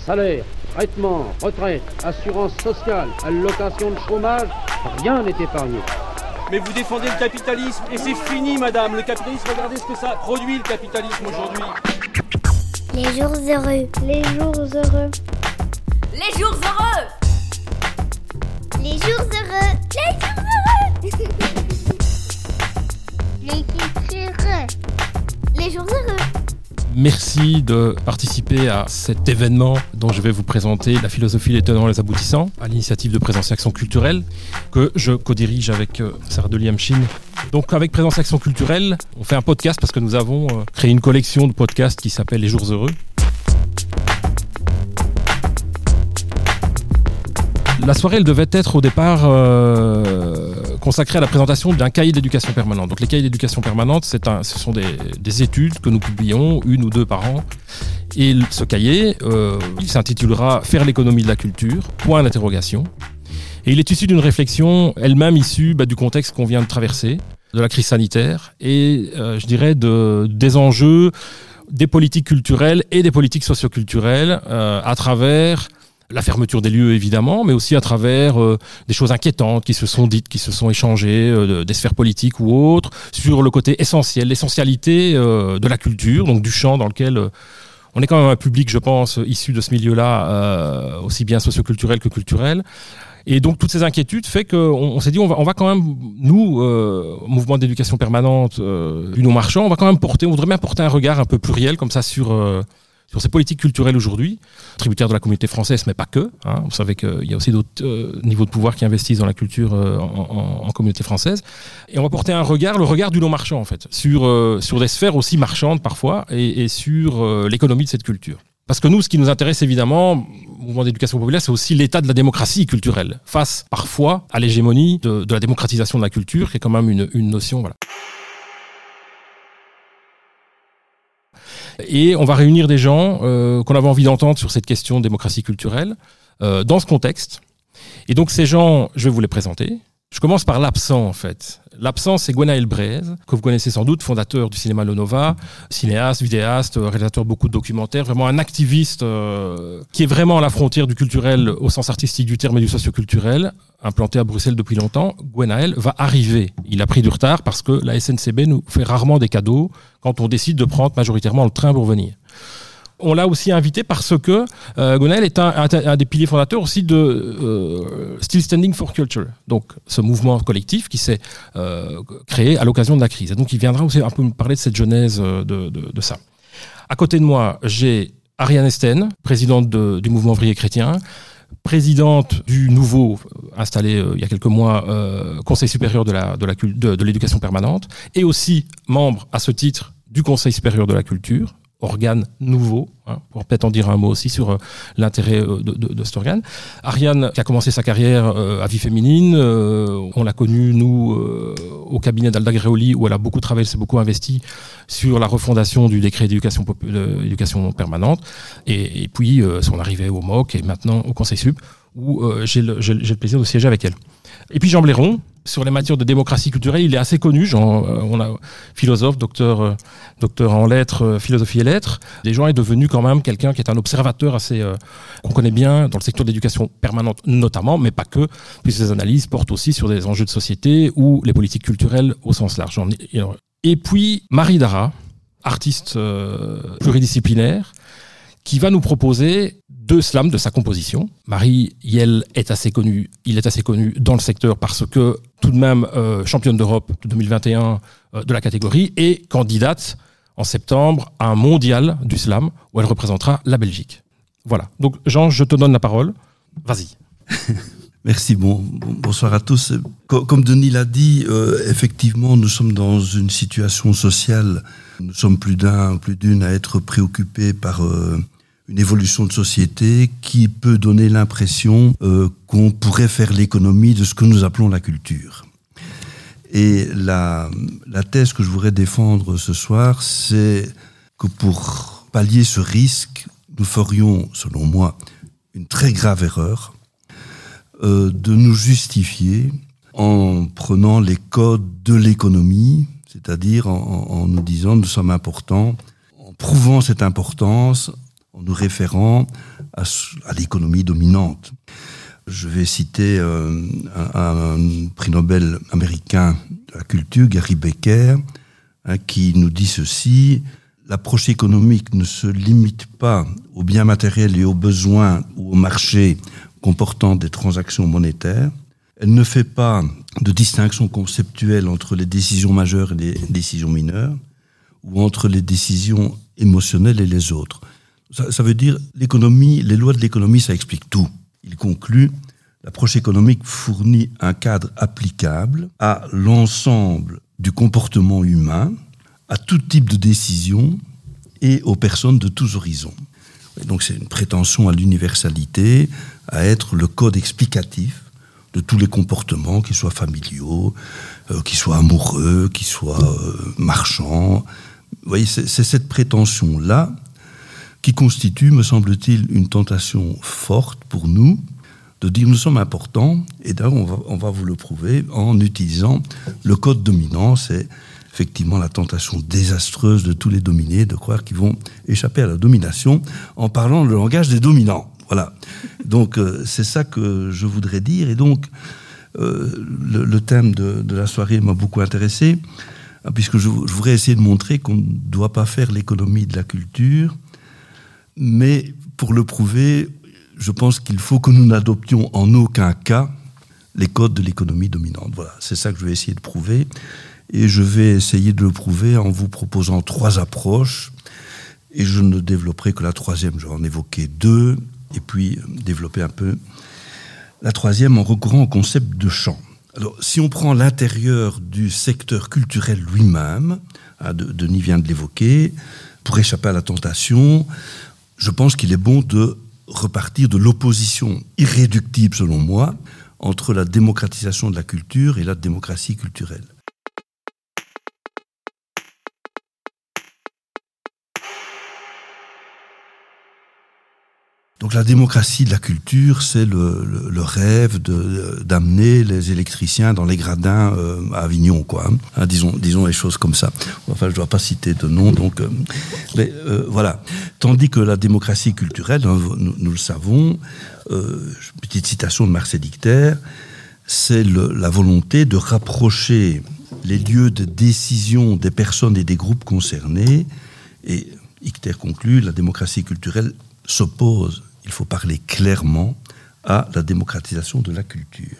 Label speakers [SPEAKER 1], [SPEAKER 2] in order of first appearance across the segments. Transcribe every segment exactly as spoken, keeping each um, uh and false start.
[SPEAKER 1] Salaire, traitement, retraite, assurance sociale, allocation de chômage, rien n'est épargné.
[SPEAKER 2] Mais vous défendez le capitalisme et c'est fini, madame. Le capitalisme, regardez ce que ça produit, le capitalisme, aujourd'hui.
[SPEAKER 3] Les jours heureux.
[SPEAKER 4] Les jours heureux.
[SPEAKER 5] Les jours heureux.
[SPEAKER 3] Les jours heureux.
[SPEAKER 5] Les jours heureux.
[SPEAKER 3] Les jours heureux.
[SPEAKER 5] Les jours heureux.
[SPEAKER 6] Merci de participer à cet événement dont je vais vous présenter la philosophie, les tenants et les aboutissants, à l'initiative de Présence et Action Culturelle, que je co-dirige avec Sarah Deliamchine. Donc avec Présence et Action Culturelle, on fait un podcast parce que nous avons créé une collection de podcasts qui s'appelle Les Jours Heureux. La soirée, elle devait être au départ euh, consacrée à la présentation d'un cahier d'éducation permanente. Donc les cahiers d'éducation permanente, c'est un, ce sont des, des études que nous publions une ou deux par an. Et ce cahier, euh, il s'intitulera « Faire l'économie de la culture », point d'interrogation. Et il est issu d'une réflexion elle-même issue bah, du contexte qu'on vient de traverser, de la crise sanitaire, et euh, je dirais de, des enjeux des politiques culturelles et des politiques socioculturelles euh, à travers la fermeture des lieux, évidemment, mais aussi à travers euh, des choses inquiétantes qui se sont dites, qui se sont échangées, euh, des sphères politiques ou autres, sur le côté essentiel, l'essentialité euh, de la culture, donc du champ dans lequel euh, on est quand même un public, je pense, issu de ce milieu-là, euh, aussi bien socioculturel que culturel. Et donc, toutes ces inquiétudes fait qu'on on s'est dit, on va, on va quand même, nous, euh, mouvement d'éducation permanente, euh, Uno Marchand, on va quand même porter, on voudrait bien porter un regard un peu pluriel, comme ça, sur... Euh, sur ces politiques culturelles aujourd'hui, tributaires de la communauté française, mais pas que. Hein. Vous savez qu'il y a aussi d'autres euh, niveaux de pouvoir qui investissent dans la culture euh, en, en, en communauté française. Et on va porter un regard, le regard du non-marchand, en fait, sur, euh, sur des sphères aussi marchandes parfois, et, et sur euh, l'économie de cette culture. Parce que nous, ce qui nous intéresse évidemment, au mouvement d'éducation populaire, c'est aussi l'état de la démocratie culturelle, face parfois à l'hégémonie de, de la démocratisation de la culture, qui est quand même une, une notion... Voilà. Et on va réunir des gens euh, qu'on avait envie d'entendre sur cette question de démocratie culturelle euh, dans ce contexte. Et donc ces gens, je vais vous les présenter. Je commence par l'absent en fait. L'absent, c'est Gwenaël Braise, que vous connaissez sans doute, fondateur du cinéma Le Nova, cinéaste, vidéaste, réalisateur de beaucoup de documentaires, vraiment un activiste euh, qui est vraiment à la frontière du culturel au sens artistique du terme et du socioculturel, implanté à Bruxelles depuis longtemps. Gwenaël va arriver. Il a pris du retard parce que la S N C B nous fait rarement des cadeaux quand on décide de prendre majoritairement le train pour venir. On l'a aussi invité parce que euh, Gwenaël est un, un, un des piliers fondateurs aussi de euh, Still Standing for Culture, donc ce mouvement collectif qui s'est euh, créé à l'occasion de la crise. Et donc il viendra aussi un peu me parler de cette genèse de, de, de ça. À côté de moi, j'ai Ariane Esten, présidente de, du mouvement ouvrier chrétien, présidente du nouveau, installé euh, il y a quelques mois, euh, Conseil supérieur de, la, de, la, de, de l'éducation permanente, et aussi membre à ce titre du Conseil supérieur de la culture, organe nouveau, hein, pour peut-être en dire un mot aussi sur euh, l'intérêt euh, de, de, de cet organe. Ariane, qui a commencé sa carrière euh, à Vie Féminine, euh, on l'a connue, nous, euh, au cabinet d'Alda Gréoli, où elle a beaucoup travaillé, s'est beaucoup investi sur la refondation du décret d'éducation, d'éducation permanente, et, et puis euh, son arrivée au M O C et maintenant au Conseil Sup, où euh, j'ai, le, j'ai, j'ai le plaisir de siéger avec elle. Et puis Jean Blairon, sur les matières de démocratie culturelle, il est assez connu. Jean, euh, on a philosophe, docteur, euh, docteur en lettres, euh, philosophie et lettres. Jean est devenu quand même quelqu'un qui est un observateur assez euh, qu'on connaît bien dans le secteur de l'éducation permanente notamment, mais pas que, puisque ses analyses portent aussi sur des enjeux de société ou les politiques culturelles au sens large. Et puis Marie Dara, artiste euh, pluridisciplinaire, qui va nous proposer deux slams de sa composition. Marie Yel est assez connu, il est assez connu dans le secteur parce que tout de même euh, championne d'Europe de deux mille vingt et un euh, de la catégorie et candidate en septembre à un mondial du slam où elle représentera la Belgique. Voilà. Donc Jean, je te donne la parole. Vas-y.
[SPEAKER 7] Merci, bon, bon, bonsoir à tous. Comme Denis l'a dit, euh, effectivement, nous sommes dans une situation sociale. Nous sommes plus d'un, plus d'une à être préoccupés par euh, une évolution de société qui peut donner l'impression euh, qu'on pourrait faire l'économie de ce que nous appelons la culture. Et la, la thèse que je voudrais défendre ce soir, c'est que pour pallier ce risque, nous ferions, selon moi, une très grave erreur euh, de nous justifier en prenant les codes de l'économie, c'est-à-dire en, en nous disant nous sommes importants, en prouvant cette importance en nous référant à, à l'économie dominante. Je vais citer euh, un, un prix Nobel américain de la culture, Gary Becker, hein, qui nous dit ceci: l'approche économique ne se limite pas aux biens matériels et aux besoins ou aux marchés comportant des transactions monétaires. Elle ne fait pas de distinction conceptuelle entre les décisions majeures et les décisions mineures, ou entre les décisions émotionnelles et les autres. Ça, ça veut dire, l'économie, les lois de l'économie, ça explique tout. Il conclut: l'approche économique fournit un cadre applicable à l'ensemble du comportement humain, à tout type de décision et aux personnes de tous horizons. Et donc c'est une prétention à l'universalité, à être le code explicatif de tous les comportements, qu'ils soient familiaux, euh, qu'ils soient amoureux, qu'ils soient euh, marchands. Vous voyez, c'est, c'est cette prétention-là qui constitue, me semble-t-il, une tentation forte pour nous de dire nous sommes importants, et d'ailleurs on va, on va vous le prouver en utilisant le code dominant. C'est effectivement la tentation désastreuse de tous les dominés de croire qu'ils vont échapper à la domination en parlant le langage des dominants. Voilà. Donc euh, c'est ça que je voudrais dire, et donc euh, le, le thème de, de la soirée m'a beaucoup intéressé, puisque je, je voudrais essayer de montrer qu'on ne doit pas faire l'économie de la culture, mais pour le prouver, je pense qu'il faut que nous n'adoptions en aucun cas les codes de l'économie dominante. Voilà, c'est ça que je vais essayer de prouver. Et je vais essayer de le prouver en vous proposant trois approches. Et je ne développerai que la troisième. Je vais en évoquer deux, et puis développer un peu la troisième en recourant au concept de champ. Alors, si on prend l'intérieur du secteur culturel lui-même, hein, de, Denis vient de l'évoquer, pour échapper à la tentation, je pense qu'il est bon de repartir de l'opposition irréductible, selon moi, entre la démocratisation de la culture et la démocratie culturelle. Donc la démocratie de la culture, c'est le, le, le rêve de, d'amener les électriciens dans les gradins euh, à Avignon, quoi. Hein, disons, disons les choses comme ça. Enfin, je ne dois pas citer de nom, donc... Euh, mais euh, voilà. Tandis que la démocratie culturelle, hein, nous, nous le savons, euh, petite citation de Marcel Icter, c'est le, la volonté de rapprocher les lieux de décision des personnes et des groupes concernés. Et Icter conclut, la démocratie culturelle s'oppose, il faut parler clairement, à la démocratisation de la culture.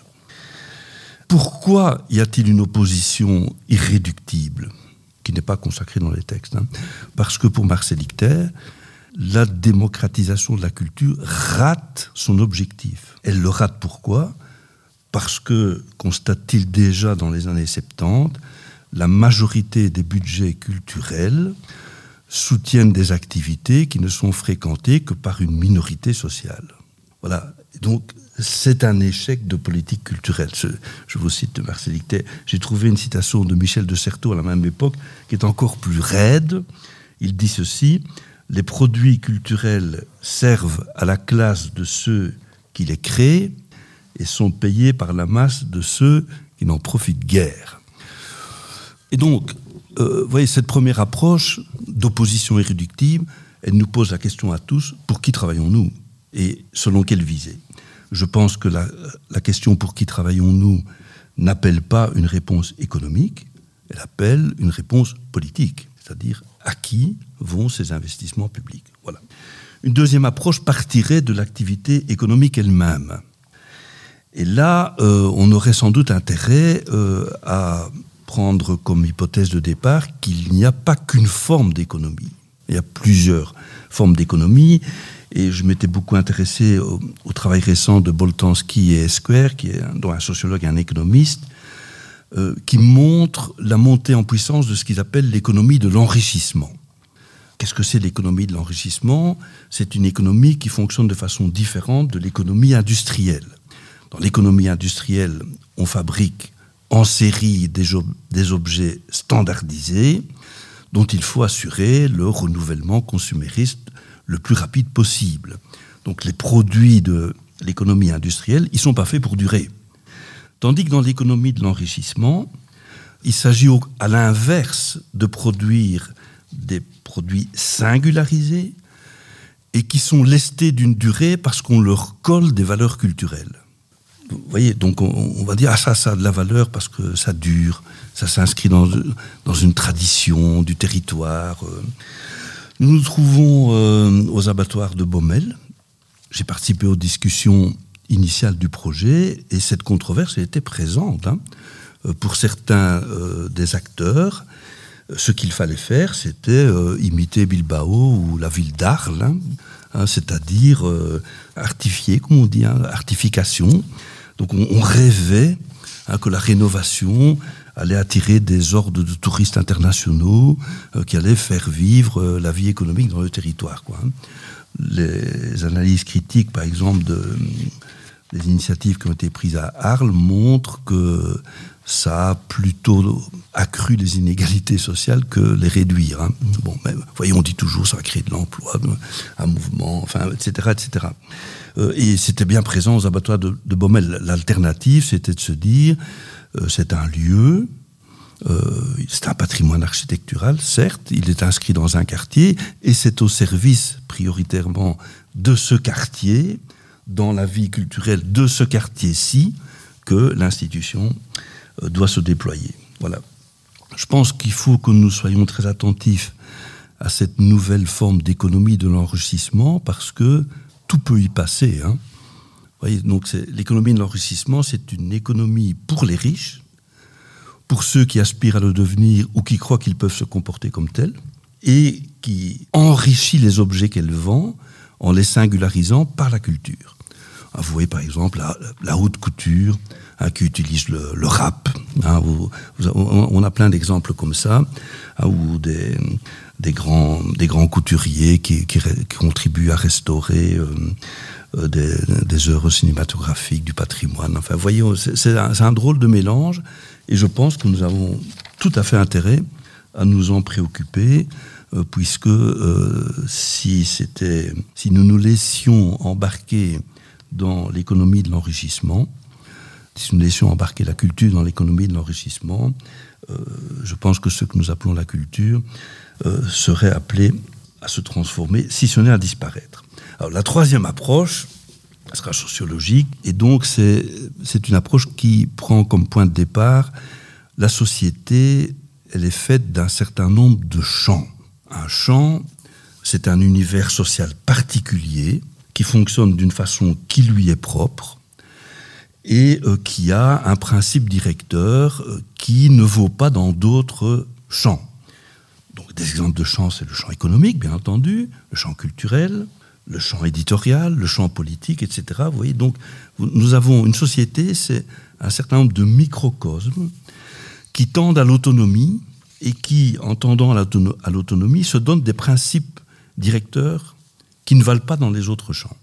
[SPEAKER 7] Pourquoi y a-t-il une opposition irréductible, qui n'est pas consacrée dans les textes, hein ? Parce que pour Marcel Icter, la démocratisation de la culture rate son objectif. Elle le rate pourquoi ? Parce que, constate-t-il déjà dans les années soixante-dix, la majorité des budgets culturels soutiennent des activités qui ne sont fréquentées que par une minorité sociale. Voilà. Donc, c'est un échec de politique culturelle. Je, je vous cite Marcel Icter. J'ai trouvé une citation de Michel de Certeau à la même époque qui est encore plus raide. Il dit ceci: « Les produits culturels servent à la classe de ceux qui les créent et sont payés par la masse de ceux qui n'en profitent guère. » Et donc, Euh, vous voyez, cette première approche d'opposition irréductible, elle nous pose la question à tous, pour qui travaillons-nous ? Et selon quelle visée ? Je pense que la, la question pour qui travaillons-nous n'appelle pas une réponse économique, elle appelle une réponse politique, c'est-à-dire à qui vont ces investissements publics. Voilà. Une deuxième approche partirait de l'activité économique elle-même. Et là, euh, on aurait sans doute intérêt euh, à prendre comme hypothèse de départ qu'il n'y a pas qu'une forme d'économie. Il y a plusieurs formes d'économie, et je m'étais beaucoup intéressé au, au travail récent de Boltanski et Esquer, qui est, dont un sociologue et un économiste, euh, qui montre la montée en puissance de ce qu'ils appellent l'économie de l'enrichissement. Qu'est-ce que c'est l'économie de l'enrichissement ? C'est une économie qui fonctionne de façon différente de l'économie industrielle. Dans l'économie industrielle, on fabrique en série des, ob- des objets standardisés dont il faut assurer le renouvellement consumériste le plus rapide possible. Donc les produits de l'économie industrielle, ils ne sont pas faits pour durer. Tandis que dans l'économie de l'enrichissement, il s'agit au, à l'inverse de produire des produits singularisés et qui sont lestés d'une durée parce qu'on leur colle des valeurs culturelles. Vous voyez, donc on, on va dire, ah ça, ça a de la valeur parce que ça dure, ça s'inscrit dans, dans une tradition du territoire. Nous nous trouvons euh, aux abattoirs de Baumel. J'ai participé aux discussions initiales du projet et cette controverse était présente. Hein. Pour certains euh, des acteurs, ce qu'il fallait faire, c'était euh, imiter Bilbao ou la ville d'Arles, hein, hein, c'est-à-dire euh, artifier, comme on dit, hein, artification. Donc on, on rêvait hein, que la rénovation allait attirer des hordes de touristes internationaux euh, qui allaient faire vivre euh, la vie économique dans le territoire, quoi, hein. Les analyses critiques, par exemple, de, des initiatives qui ont été prises à Arles montrent que ça a plutôt accru les inégalités sociales que les réduire. Hein. Bon, mais, vous voyez, on dit toujours ça va créer de l'emploi, un mouvement, enfin, et cetera, et cetera. Euh, et c'était bien présent aux abattoirs de, de Baumel. L'alternative, c'était de se dire, euh, c'est un lieu, euh, c'est un patrimoine architectural, certes, il est inscrit dans un quartier, et c'est au service prioritairement de ce quartier, dans la vie culturelle de ce quartier-ci, que l'institution doit se déployer. Voilà. Je pense qu'il faut que nous soyons très attentifs à cette nouvelle forme d'économie de l'enrichissement parce que tout peut y passer. Hein. Vous voyez, donc c'est, l'économie de l'enrichissement, c'est une économie pour les riches, pour ceux qui aspirent à le devenir ou qui croient qu'ils peuvent se comporter comme tels, et qui enrichit les objets qu'elle vend en les singularisant par la culture. Vous voyez par exemple la, la haute couture hein, qui utilise le, le rap. Hein, vous, vous, on a plein d'exemples comme ça, hein, ou des, des, grands, des grands couturiers qui, qui, qui contribuent à restaurer euh, euh, des, des œuvres cinématographiques, du patrimoine. Enfin, vous voyez, c'est, c'est, un, c'est un drôle de mélange, et je pense que nous avons tout à fait intérêt à nous en préoccuper, euh, puisque euh, si, c'était, si nous nous laissions embarquer dans l'économie de l'enrichissement, si nous laissions embarquer la culture dans l'économie de l'enrichissement, euh, je pense que ce que nous appelons la culture euh, serait appelé à se transformer, si ce n'est à disparaître. Alors, la troisième approche sera sociologique, et donc c'est, c'est une approche qui prend comme point de départ la société, elle est faite d'un certain nombre de champs. Un champ, c'est un univers social particulier qui fonctionne d'une façon qui lui est propre et euh, qui a un principe directeur euh, qui ne vaut pas dans d'autres champs. Donc des exemples de champs, c'est le champ économique, bien entendu, le champ culturel, le champ éditorial, le champ politique, et cetera. Vous voyez, donc nous avons une société, c'est un certain nombre de microcosmes qui tendent à l'autonomie et qui, en tendant à, l'autono- à l'autonomie, se donnent des principes directeurs qui ne valent pas dans les autres champs.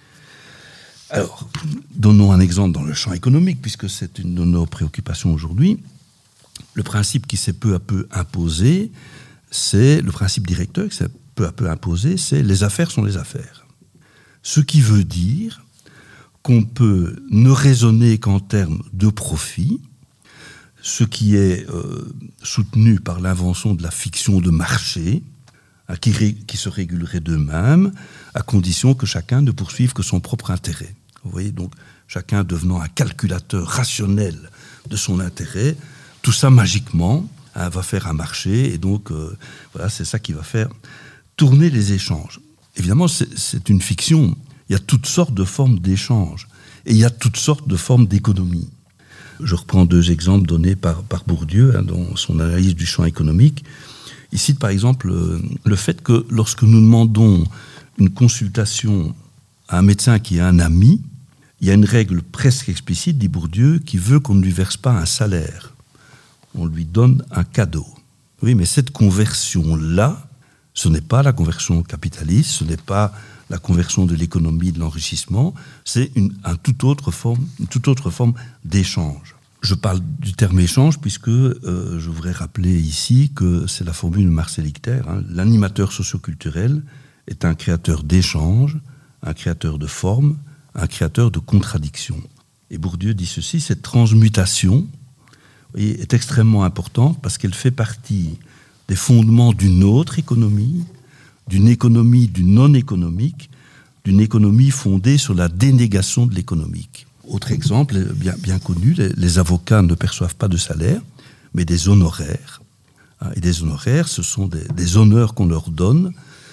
[SPEAKER 7] Alors, donnons un exemple dans le champ économique, puisque c'est une de nos préoccupations aujourd'hui. Le principe qui s'est peu à peu imposé, c'est le principe directeur qui s'est peu à peu imposé, c'est les affaires sont les affaires. Ce qui veut dire qu'on peut ne raisonner qu'en termes de profit, ce qui est euh, soutenu par l'invention de la fiction de marché, hein, qui, ré, qui se régulerait d'eux-mêmes, à condition que chacun ne poursuive que son propre intérêt. Vous voyez, donc chacun devenant un calculateur rationnel de son intérêt, tout ça magiquement hein, va faire un marché, et donc euh, voilà, c'est ça qui va faire tourner les échanges. Évidemment, c'est, c'est une fiction. Il y a toutes sortes de formes d'échanges, et il y a toutes sortes de formes d'économie. Je reprends deux exemples donnés par, par Bourdieu hein, dans son analyse du champ économique. Il cite par exemple euh, le fait que lorsque nous demandons une consultation à un médecin qui est un ami, il y a une règle presque explicite, dit Bourdieu, qui veut qu'on ne lui verse pas un salaire. On lui donne un cadeau. Oui, mais cette conversion-là, ce n'est pas la conversion capitaliste, ce n'est pas la conversion de l'économie de l'enrichissement, c'est une, un tout autre forme, une toute autre forme d'échange. Je parle du terme échange puisque euh, je voudrais rappeler ici que c'est la formule de Marcel Ichter. Hein. L'animateur socioculturel est un créateur d'échange, un créateur de forme, un créateur de contradiction. Et Bourdieu dit ceci, cette transmutation voyez, est extrêmement importante parce qu'elle fait partie des fondements d'une autre économie, d'une économie du non-économique, d'une économie fondée sur la dénégation de l'économique. Autre exemple, bien, bien connu, les, les avocats ne perçoivent pas de salaire, mais des honoraires. Et des honoraires, ce sont des, des honneurs qu'on leur donne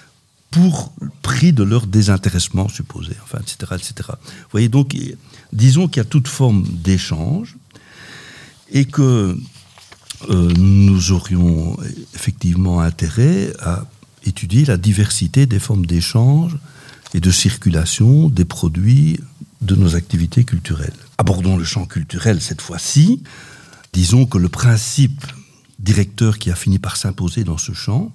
[SPEAKER 7] pour le prix de leur désintéressement supposé, enfin, et cetera, et cetera. Vous voyez, donc, disons qu'il y a toute forme d'échange et que euh, nous aurions effectivement intérêt à étudier la diversité des formes d'échange et de circulation des produits de nos activités culturelles. Abordons le champ culturel cette fois-ci. Disons que le principe directeur qui a fini par s'imposer dans ce champ,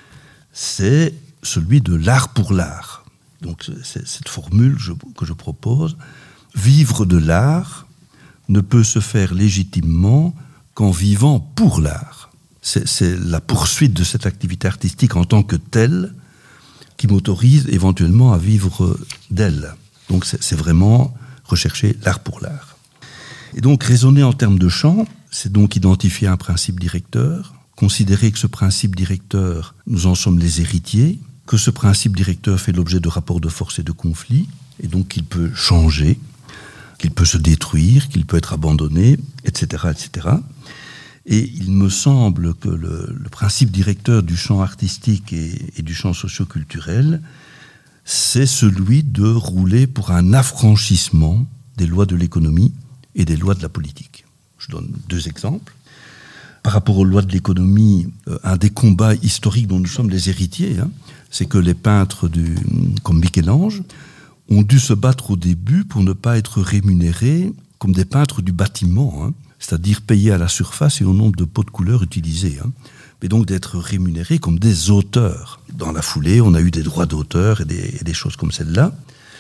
[SPEAKER 7] c'est celui de l'art pour l'art. Donc c'est cette formule je, que je propose, vivre de l'art ne peut se faire légitimement qu'en vivant pour l'art. C'est, c'est la poursuite de cette activité artistique en tant que telle qui m'autorise éventuellement à vivre d'elle. Donc c'est, c'est vraiment rechercher l'art pour l'art. Et donc raisonner en termes de champ, c'est donc identifier un principe directeur, considérer que ce principe directeur, nous en sommes les héritiers, que ce principe directeur fait l'objet de rapports de force et de conflits, et donc qu'il peut changer, qu'il peut se détruire, qu'il peut être abandonné, et cetera, et cetera. Et il me semble que le, le principe directeur du champ artistique et, et du champ socio-culturel, c'est celui de rouler pour un affranchissement des lois de l'économie et des lois de la politique. Je donne deux exemples. Par rapport aux lois de l'économie, euh, un des combats historiques dont nous sommes les héritiers, hein, c'est que les peintres du, comme Michel-Ange ont dû se battre au début pour ne pas être rémunérés comme des peintres du bâtiment, hein, c'est-à-dire payés à la surface et au nombre de pots de couleur utilisés, hein, mais donc d'être rémunérés comme des auteurs. Dans la foulée, on a eu des droits d'auteur et des, et des choses comme celle-là.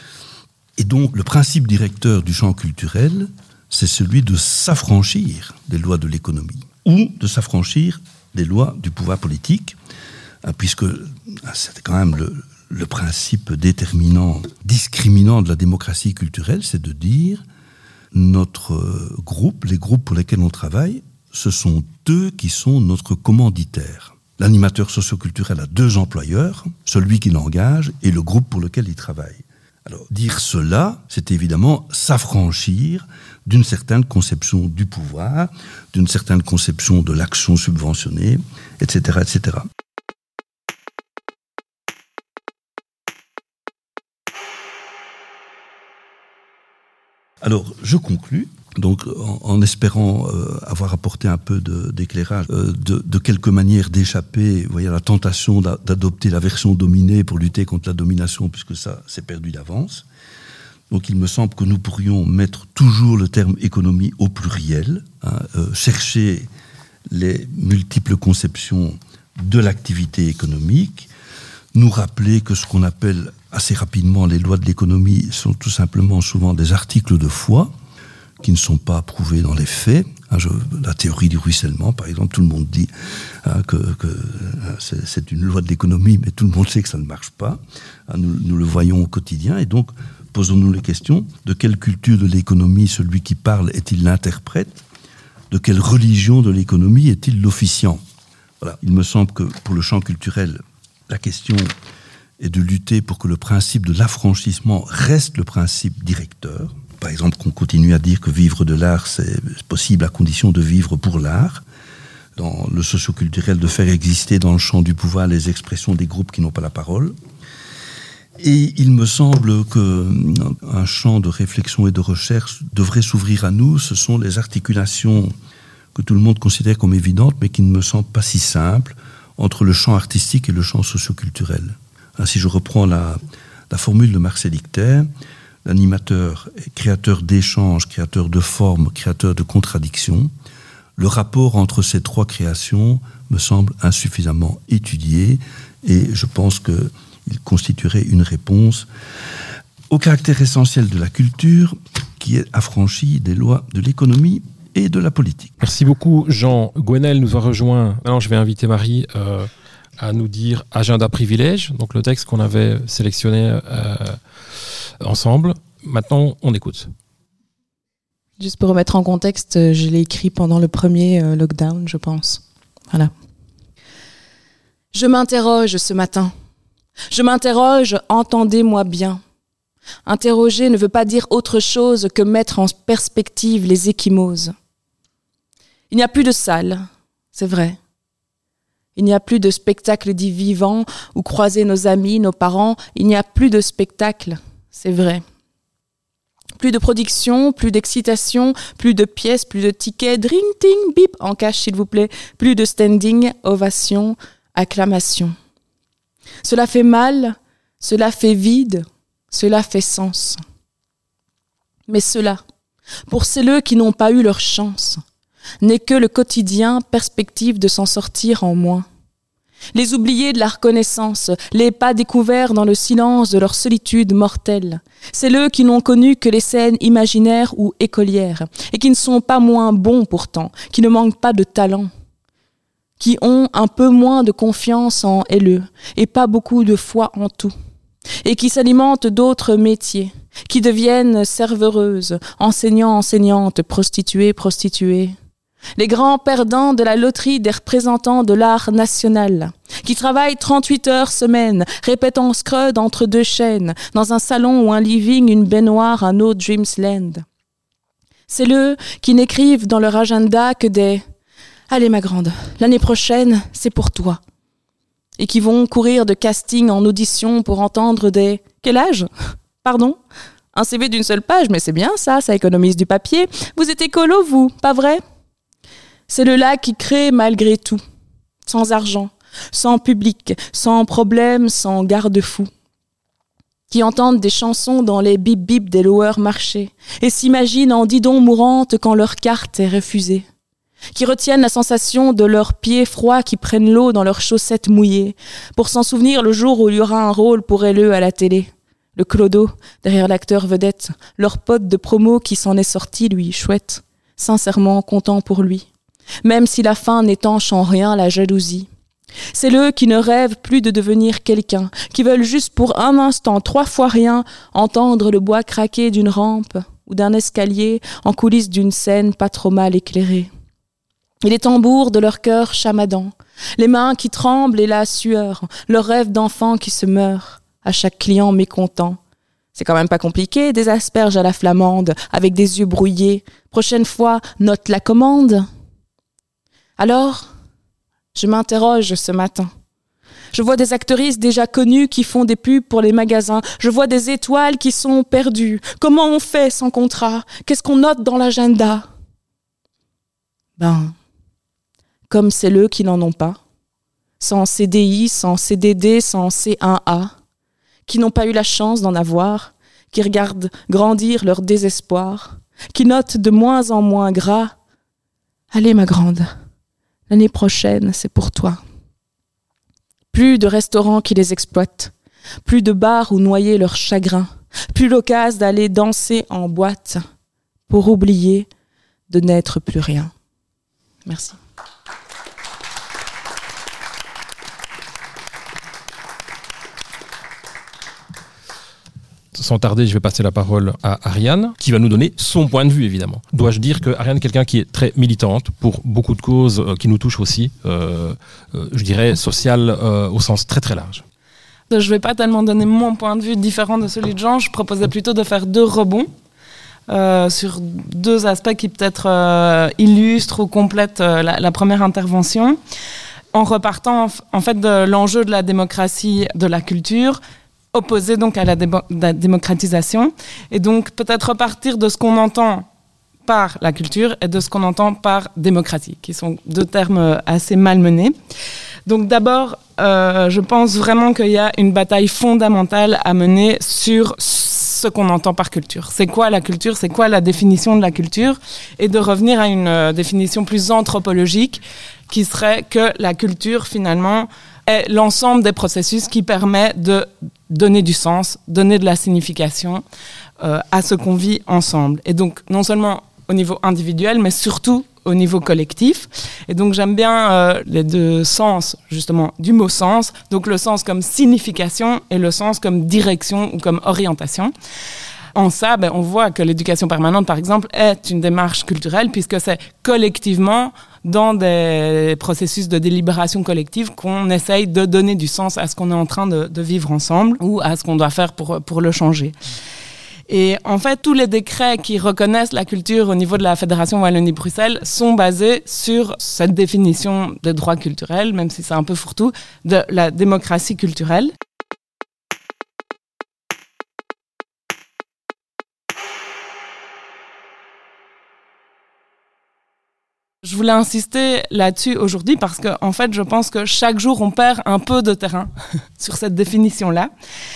[SPEAKER 7] Et donc, le principe directeur du champ culturel, c'est celui de s'affranchir des lois de l'économie ou de s'affranchir des lois du pouvoir politique, hein, puisque c'est quand même le, le principe déterminant, discriminant de la démocratie culturelle, c'est de dire notre groupe, les groupes pour lesquels on travaille, ce sont eux qui sont notre commanditaire. L'animateur socioculturel a deux employeurs, celui qui l'engage et le groupe pour lequel il travaille. Alors, dire cela, c'est évidemment s'affranchir d'une certaine conception du pouvoir, d'une certaine conception de l'action subventionnée, et cetera, et cetera. Alors, je conclus, donc, en, en espérant euh, avoir apporté un peu de, d'éclairage, euh, de, de quelque manière d'échapper, vous voyez, à la tentation d'a, d'adopter la version dominée pour lutter contre la domination, puisque ça, c'est perdu d'avance. Donc, il me semble que nous pourrions mettre toujours le terme économie au pluriel, hein, euh, chercher les multiples conceptions de l'activité économique, nous rappeler que ce qu'on appelle assez rapidement les lois de l'économie sont tout simplement souvent des articles de foi qui ne sont pas prouvés dans les faits. Hein, je, la théorie du ruissellement, par exemple, tout le monde dit hein, que, que c'est, c'est une loi de l'économie, mais tout le monde sait que ça ne marche pas. Hein, nous, nous le voyons au quotidien, et donc posons-nous les questions. De quelle culture de l'économie celui qui parle est-il l'interprète ? De quelle religion de l'économie est-il l'officiant ? Voilà. Il me semble que pour le champ culturel, la question est de lutter pour que le principe de l'affranchissement reste le principe directeur. Par exemple, qu'on continue à dire que vivre de l'art, c'est possible à condition de vivre pour l'art. Dans le socioculturel, de faire exister dans le champ du pouvoir les expressions des groupes qui n'ont pas la parole. Et il me semble qu'un champ de réflexion et de recherche devrait s'ouvrir à nous. Ce sont les articulations que tout le monde considère comme évidentes, mais qui ne me semblent pas si simples, entre le champ artistique et le champ socioculturel. Si je reprends la, la formule de Marcel Ichter, l'animateur est créateur d'échanges, créateur de formes, créateur de contradictions. Le rapport entre ces trois créations me semble insuffisamment étudié et je pense qu'il constituerait une réponse au caractère essentiel de la culture qui est affranchie des lois de l'économie et de la politique.
[SPEAKER 6] Merci beaucoup Jean. Gwenaëlle nous a rejoint. Maintenant je vais inviter Marie euh, à nous dire agenda privilège, donc le texte qu'on avait sélectionné euh, ensemble. Maintenant, on écoute.
[SPEAKER 4] Juste pour remettre en contexte, je l'ai écrit pendant le premier euh, lockdown, je pense. Voilà. Je m'interroge ce matin. Je m'interroge, entendez-moi bien. Interroger ne veut pas dire autre chose que mettre en perspective les ecchymoses. Il n'y a plus de salle, c'est vrai. Il n'y a plus de spectacle dit vivant où croiser nos amis, nos parents. Il n'y a plus de spectacle, c'est vrai. Plus de production, plus d'excitation, plus de pièces, plus de tickets, dring, ting, bip, en cash s'il vous plaît. Plus de standing, ovation, acclamation. Cela fait mal, cela fait vide, cela fait sens. Mais cela, pour ceux qui n'ont pas eu leur chance, n'est que le quotidien, perspective de s'en sortir en moins. Les oubliés de la reconnaissance, les pas découverts dans le silence de leur solitude mortelle. C'est eux qui n'ont connu que les scènes imaginaires ou écolières, et qui ne sont pas moins bons pourtant, qui ne manquent pas de talent, qui ont un peu moins de confiance en eux, et pas beaucoup de foi en tout, et qui s'alimentent d'autres métiers, qui deviennent serveureuses, enseignants, enseignantes, prostituées, prostituées. Les grands perdants de la loterie des représentants de l'art national, qui travaillent trente-huit heures semaine, répétant scrud entre deux chaînes, dans un salon ou un living, une baignoire, un autre Dreamsland. C'est eux qui n'écrivent dans leur agenda que des « Allez ma grande, l'année prochaine, c'est pour toi » et qui vont courir de casting en audition pour entendre des « Quel âge ? Pardon ? Un C V d'une seule page, mais c'est bien ça, ça économise du papier. Vous êtes écolo, vous, pas vrai ?» C'est le là qui crée malgré tout, sans argent, sans public, sans problème, sans garde-fou, qui entendent des chansons dans les bip-bip des loueurs marchés et s'imaginent en didon mourante quand leur carte est refusée, qui retiennent la sensation de leurs pieds froids qui prennent l'eau dans leurs chaussettes mouillées pour s'en souvenir le jour où il y aura un rôle pour eux à la télé. Le clodo, derrière l'acteur vedette, leur pote de promo qui s'en est sorti, lui, chouette, sincèrement content pour lui. Même si la fin n'étanche en rien la jalousie. C'est eux qui ne rêvent plus de devenir quelqu'un, qui veulent juste pour un instant, trois fois rien, entendre le bois craquer d'une rampe ou d'un escalier en coulisses d'une scène pas trop mal éclairée. Et les tambours de leur cœur chamadant, les mains qui tremblent et la sueur, leur rêve d'enfant qui se meurt à chaque client mécontent. C'est quand même pas compliqué, des asperges à la flamande, avec des yeux brouillés. Prochaine fois, note la commande. Alors, je m'interroge ce matin. Je vois des actrices déjà connues qui font des pubs pour les magasins. Je vois des étoiles qui sont perdues. Comment on fait sans contrat ? Qu'est-ce qu'on note dans l'agenda ? Ben, comme c'est eux qui n'en ont pas. Sans C D I, sans C D D, sans C un A. Qui n'ont pas eu la chance d'en avoir. Qui regardent grandir leur désespoir. Qui notent de moins en moins gras. Allez ma grande. L'année prochaine, c'est pour toi. Plus de restaurants qui les exploitent, plus de bars où noyer leur chagrin, plus l'occasion d'aller danser en boîte pour oublier de n'être plus rien. Merci.
[SPEAKER 6] Sans tarder, je vais passer la parole à Ariane, qui va nous donner son point de vue, évidemment. Dois-je dire que Ariane est quelqu'un qui est très militante pour beaucoup de causes euh, qui nous touchent aussi, euh, euh, je dirais, sociales euh, au sens très très large.
[SPEAKER 8] Je ne vais pas tellement donner mon point de vue différent de celui de Jean, je proposais plutôt de faire deux rebonds euh, sur deux aspects qui peut-être euh, illustrent ou complètent euh, la, la première intervention, en repartant en fait de l'enjeu de la démocratie de la culture, opposé donc à la, dé- la démocratisation, et donc peut-être repartir de ce qu'on entend par la culture et de ce qu'on entend par démocratie, qui sont deux termes assez malmenés. Donc d'abord, euh, je pense vraiment qu'il y a une bataille fondamentale à mener sur ce qu'on entend par culture. C'est quoi la culture ? C'est quoi la définition de la culture ? Et de revenir à une euh, définition plus anthropologique, qui serait que la culture, finalement, est l'ensemble des processus qui permet de donner du sens, donner de la signification euh, à ce qu'on vit ensemble. Et donc, non seulement au niveau individuel, mais surtout au niveau collectif. Et donc, j'aime bien euh, les deux sens, justement, du mot sens. Donc, le sens comme signification et le sens comme direction ou comme orientation. en ça, ben, on voit que l'éducation permanente, par exemple, est une démarche culturelle puisque c'est collectivement dans des processus de délibération collective qu'on essaye de donner du sens à ce qu'on est en train de, de vivre ensemble ou à ce qu'on doit faire pour, pour le changer. Et en fait, tous les décrets qui reconnaissent la culture au niveau de la Fédération Wallonie-Bruxelles sont basés sur cette définition des droits culturels, même si c'est un peu fourre-tout, de la démocratie culturelle. Je voulais insister là-dessus aujourd'hui parce que, en fait, je pense que chaque jour, on perd un peu de terrain sur cette définition-là.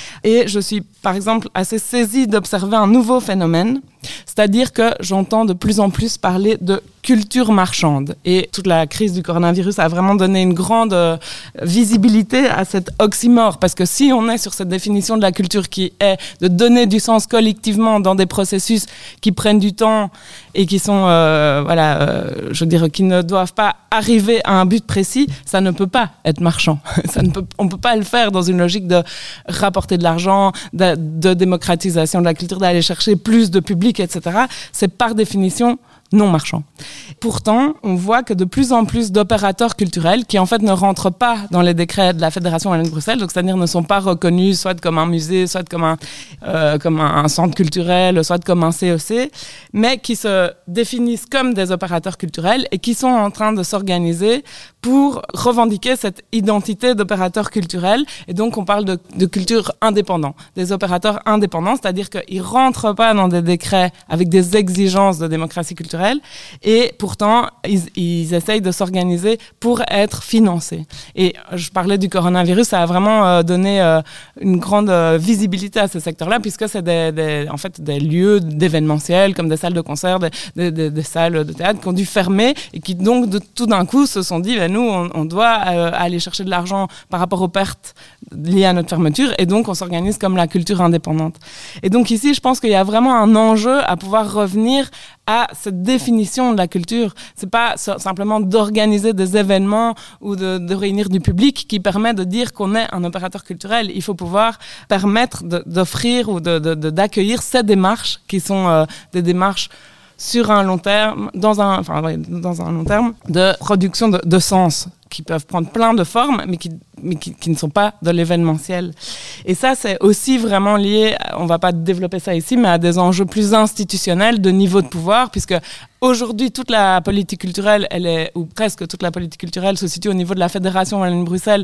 [SPEAKER 8] Et je suis, par exemple, assez saisie d'observer un nouveau phénomène, c'est-à-dire que j'entends de plus en plus parler de culture marchande. Et toute la crise du coronavirus a vraiment donné une grande euh, visibilité à cet oxymore, parce que si on est sur cette définition de la culture qui est de donner du sens collectivement dans des processus qui prennent du temps et qui sont, euh, voilà, euh, je dirais, qui ne doivent pas arriver à un but précis, ça ne peut pas être marchand. Ça ne peut, on ne peut pas le faire dans une logique de rapporter de l'argent, de, de démocratisation de la culture, d'aller chercher plus de public, et cetera. C'est par définition non marchand. Pourtant, on voit que de plus en plus d'opérateurs culturels qui en fait ne rentrent pas dans les décrets de la Fédération Wallonie-Bruxelles, donc c'est-à-dire ne sont pas reconnus soit comme un musée, soit comme un, euh, comme un, un centre culturel, soit comme un C E C, mais qui se définissent comme des opérateurs culturels et qui sont en train de s'organiser pour revendiquer cette identité d'opérateurs culturels. Et donc, on parle de, de culture indépendante, des opérateurs indépendants, c'est-à-dire qu'ils rentrent pas dans des décrets avec des exigences de démocratie culturelle, et pourtant, ils, ils essayent de s'organiser pour être financés. Et je parlais du coronavirus, ça a vraiment euh, donné euh, une grande euh, visibilité à ce secteur-là, puisque c'est des, des, en fait, des lieux d'événementiel, comme des salles de concert, des, des, des, des salles de théâtre, qui ont dû fermer, et qui donc, de, tout d'un coup, se sont dit, ben, nous, on, on doit euh, aller chercher de l'argent par rapport aux pertes liées à notre fermeture, et donc on s'organise comme la culture indépendante. Et donc ici, je pense qu'il y a vraiment un enjeu à pouvoir revenir à cette définition de la culture. C'est pas simplement d'organiser des événements ou de, de réunir du public qui permet de dire qu'on est un opérateur culturel. Il faut pouvoir permettre de, d'offrir ou de, de, de, d'accueillir ces démarches qui sont euh, des démarches sur un long terme, dans un, enfin, ouais, dans un long terme, de production de, de sens, qui peuvent prendre plein de formes, mais qui, mais qui, qui ne sont pas de l'événementiel. Et ça, c'est aussi vraiment lié, on ne va pas développer ça ici, mais à des enjeux plus institutionnels de niveau de pouvoir, puisque aujourd'hui, toute la politique culturelle, elle est, ou presque toute la politique culturelle se situe au niveau de la Fédération Wallonie-Bruxelles,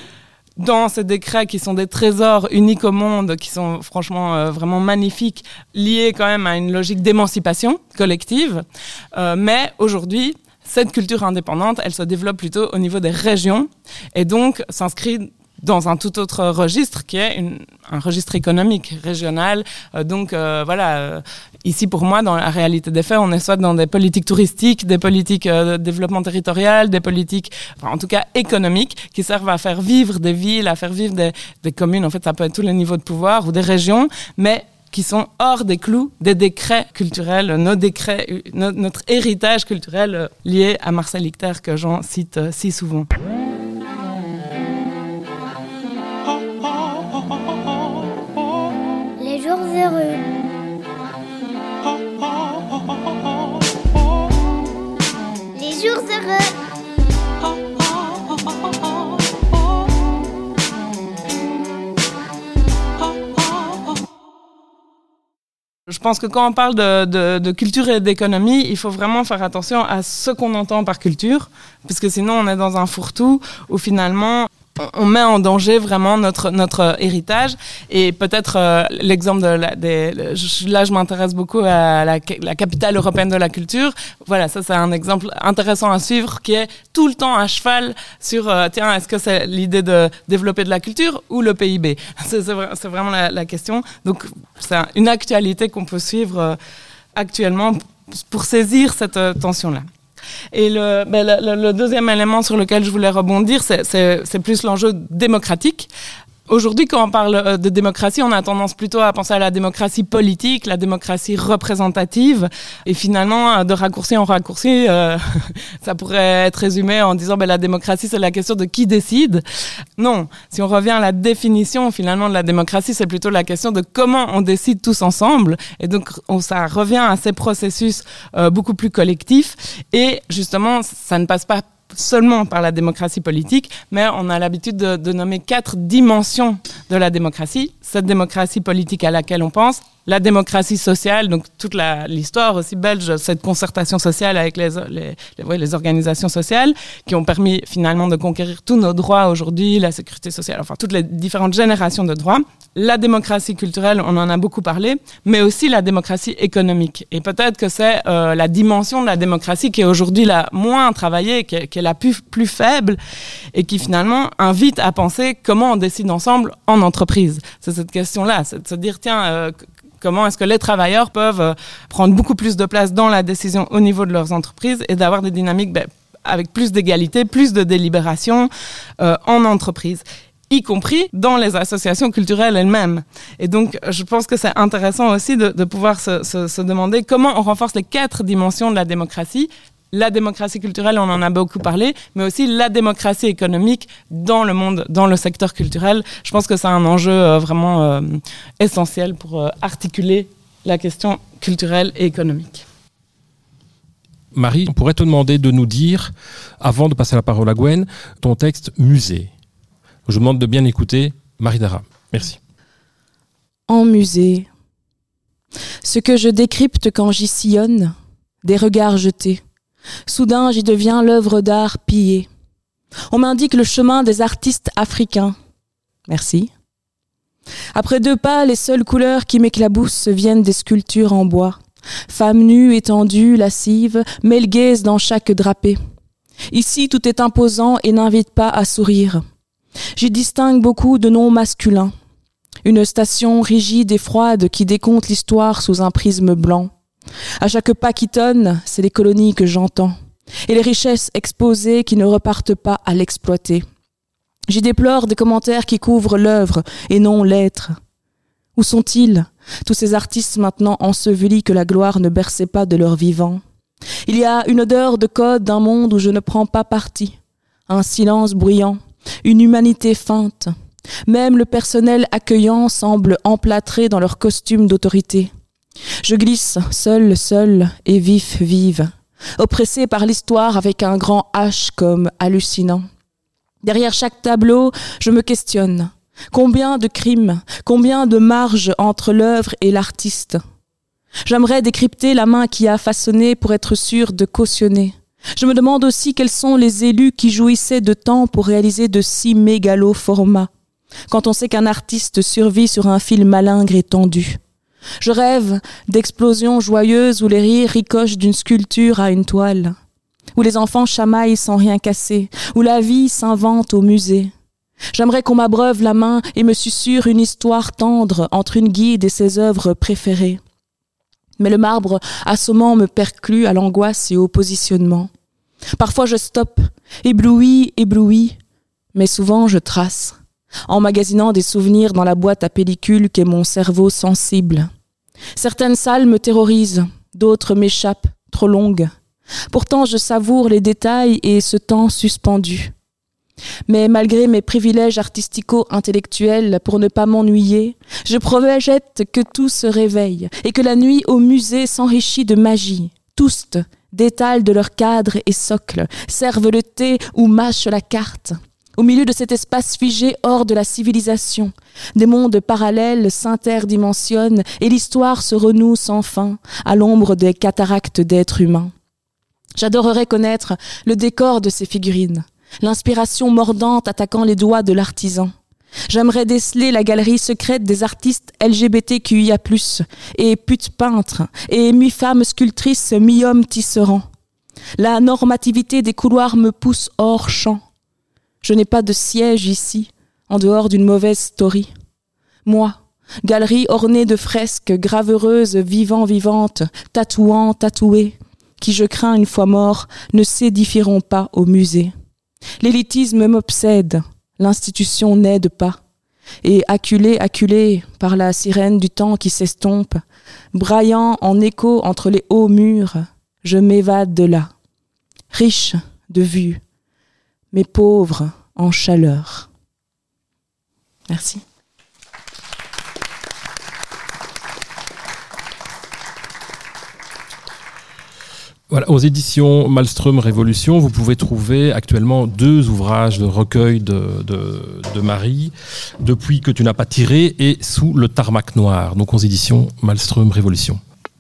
[SPEAKER 8] dans ces décrets qui sont des trésors uniques au monde, qui sont franchement euh, vraiment magnifiques, liés quand même à une logique d'émancipation collective. Euh, mais aujourd'hui, cette culture indépendante, elle se développe plutôt au niveau des régions et donc s'inscrit dans un tout autre registre qui est une, un registre économique régional. Euh, donc euh, voilà, euh, ici pour moi, dans la réalité des faits, on est soit dans des politiques touristiques, des politiques euh, de développement territorial, des politiques, enfin, en tout cas économiques, qui servent à faire vivre des villes, à faire vivre des, des communes. En fait, ça peut être tous les niveaux de pouvoir ou des régions, mais qui sont hors des clous des décrets culturels, nos décrets, no, notre héritage culturel lié à Marcel Lichter que j'en cite euh, si souvent.
[SPEAKER 3] Les jours heureux. Les jours heureux.
[SPEAKER 8] Je pense que quand on parle de, de, de culture et d'économie, il faut vraiment faire attention à ce qu'on entend par culture, parce que sinon on est dans un fourre-tout où finalement on met en danger vraiment notre notre héritage. Et peut-être euh, l'exemple de la, des, je, là je m'intéresse beaucoup à la, la capitale européenne de la culture. Voilà, ça c'est un exemple intéressant à suivre qui est tout le temps à cheval sur euh, tiens, est-ce que c'est l'idée de développer de la culture ou le P I B? C'est, c'est, c'est vraiment la, la question. Donc c'est une actualité qu'on peut suivre euh, actuellement pour saisir cette euh, tension-là. Et le, ben, le, le deuxième élément sur lequel je voulais rebondir, c'est, c'est, c'est plus l'enjeu démocratique. Aujourd'hui, quand on parle de démocratie, on a tendance plutôt à penser à la démocratie politique, la démocratie représentative. Et finalement, de raccourci en raccourci, euh, ça pourrait être résumé en disant ben, la démocratie, c'est la question de qui décide. Non, si on revient à la définition finalement de la démocratie, c'est plutôt la question de comment on décide tous ensemble. Et donc, on, ça revient à ces processus euh, beaucoup plus collectifs. Et justement, ça ne passe pas seulement par la démocratie politique, mais on a l'habitude de, de nommer quatre dimensions de la démocratie. Cette démocratie politique à laquelle on pense, la démocratie sociale, donc toute la, l'histoire aussi belge, cette concertation sociale avec les, les, les, ouais, les organisations sociales qui ont permis finalement de conquérir tous nos droits aujourd'hui, la sécurité sociale, enfin toutes les différentes générations de droits. La démocratie culturelle, on en a beaucoup parlé, mais aussi la démocratie économique. Et peut-être que c'est euh, la dimension de la démocratie qui est aujourd'hui la moins travaillée, qui est, qui est la plus, plus faible et qui finalement invite à penser comment on décide ensemble en entreprise. C'est cette question-là, c'est de se dire, tiens, euh, comment est-ce que les travailleurs peuvent euh, prendre beaucoup plus de place dans la décision au niveau de leurs entreprises et d'avoir des dynamiques ben, avec plus d'égalité, plus de délibération euh, en entreprise, y compris dans les associations culturelles elles-mêmes. Et donc, je pense que c'est intéressant aussi de, de pouvoir se, se, se demander comment on renforce les quatre dimensions de la démocratie. La démocratie culturelle, on en a beaucoup parlé, mais aussi la démocratie économique dans le monde, dans le secteur culturel. Je pense que c'est un enjeu euh, vraiment euh, essentiel pour euh, articuler la question culturelle et économique.
[SPEAKER 6] Marie, on pourrait te demander de nous dire, avant de passer la parole à Gwen, ton texte « Musée ». Je vous demande de bien écouter Marie Dara. Merci.
[SPEAKER 4] En musée, ce que je décrypte quand j'y sillonne, des regards jetés. Soudain, j'y deviens l'œuvre d'art pillée. On m'indique le chemin des artistes africains. Merci. Après deux pas, les seules couleurs qui m'éclaboussent viennent des sculptures en bois. Femmes nues, étendues, lascives, mêlent gaze dans chaque drapé. Ici, tout est imposant et n'invite pas à sourire. J'y distingue beaucoup de noms masculins. Une station rigide et froide qui décompte l'histoire sous un prisme blanc. À chaque pas qui tonne, c'est les colonies que j'entends. Et les richesses exposées qui ne repartent pas à l'exploiter. J'y déplore des commentaires qui couvrent l'œuvre et non l'être. Où sont-ils, tous ces artistes maintenant ensevelis que la gloire ne berçait pas de leur vivant? Il y a une odeur de code d'un monde où je ne prends pas parti. Un silence bruyant. Une humanité feinte. Même le personnel accueillant semble emplâtré dans leur costume d'autorité. Je glisse, seul, seul et vif, vive, oppressé par l'histoire avec un grand H comme hallucinant. Derrière chaque tableau, je me questionne. Combien de crimes, combien de marges entre l'œuvre et l'artiste? J'aimerais décrypter la main qui a façonné pour être sûr de cautionner. Je me demande aussi quels sont les élus qui jouissaient de temps pour réaliser de si mégalos formats, quand on sait qu'un artiste survit sur un fil malingre et tendu. Je rêve d'explosions joyeuses où les rires ricochent d'une sculpture à une toile, où les enfants chamaillent sans rien casser, où la vie s'invente au musée. J'aimerais qu'on m'abreuve la main et me susurre une histoire tendre entre une guide et ses œuvres préférées. Mais le marbre assommant me perclue à l'angoisse et au positionnement. Parfois je stoppe, ébloui, ébloui, mais souvent je trace, emmagasinant des souvenirs dans la boîte à pellicule qu'est mon cerveau sensible. Certaines salles me terrorisent, d'autres m'échappent, trop longues. Pourtant je savoure les détails et ce temps suspendu. Mais malgré mes privilèges artistico-intellectuels, pour ne pas m'ennuyer, je projette que tout se réveille et que la nuit au musée s'enrichit de magie. Tous détalent de leur cadre et socle, servent le thé ou mâchent la carte. Au milieu de cet espace figé hors de la civilisation, des mondes parallèles s'interdimensionnent et l'histoire se renoue sans fin à l'ombre des cataractes d'êtres humains. J'adorerais connaître le décor de ces figurines, l'inspiration mordante attaquant les doigts de l'artisan. J'aimerais déceler la galerie secrète des artistes L G B T Q I A plus, et putes peintres, et mi-femmes sculptrices, mi-hommes tisserands. La normativité des couloirs me pousse hors champ. Je n'ai pas de siège ici, en dehors d'une mauvaise story. Moi, galerie ornée de fresques graveureuses vivant-vivantes, tatouant, tatouées, qui je crains une fois morts, ne s'édifieront pas au musée. L'élitisme m'obsède, l'institution n'aide pas. et acculé, acculé par la sirène du temps qui s'estompe, braillant en écho entre les hauts murs, je m'évade de là, riche de vue, mais pauvre en chaleur. Merci.
[SPEAKER 6] Voilà, aux éditions Malmström Révolution, vous pouvez trouver actuellement deux ouvrages de recueil de, de, de Marie, Depuis que tu n'as pas tiré et Sous le tarmac noir, donc aux éditions Malmström Révolution.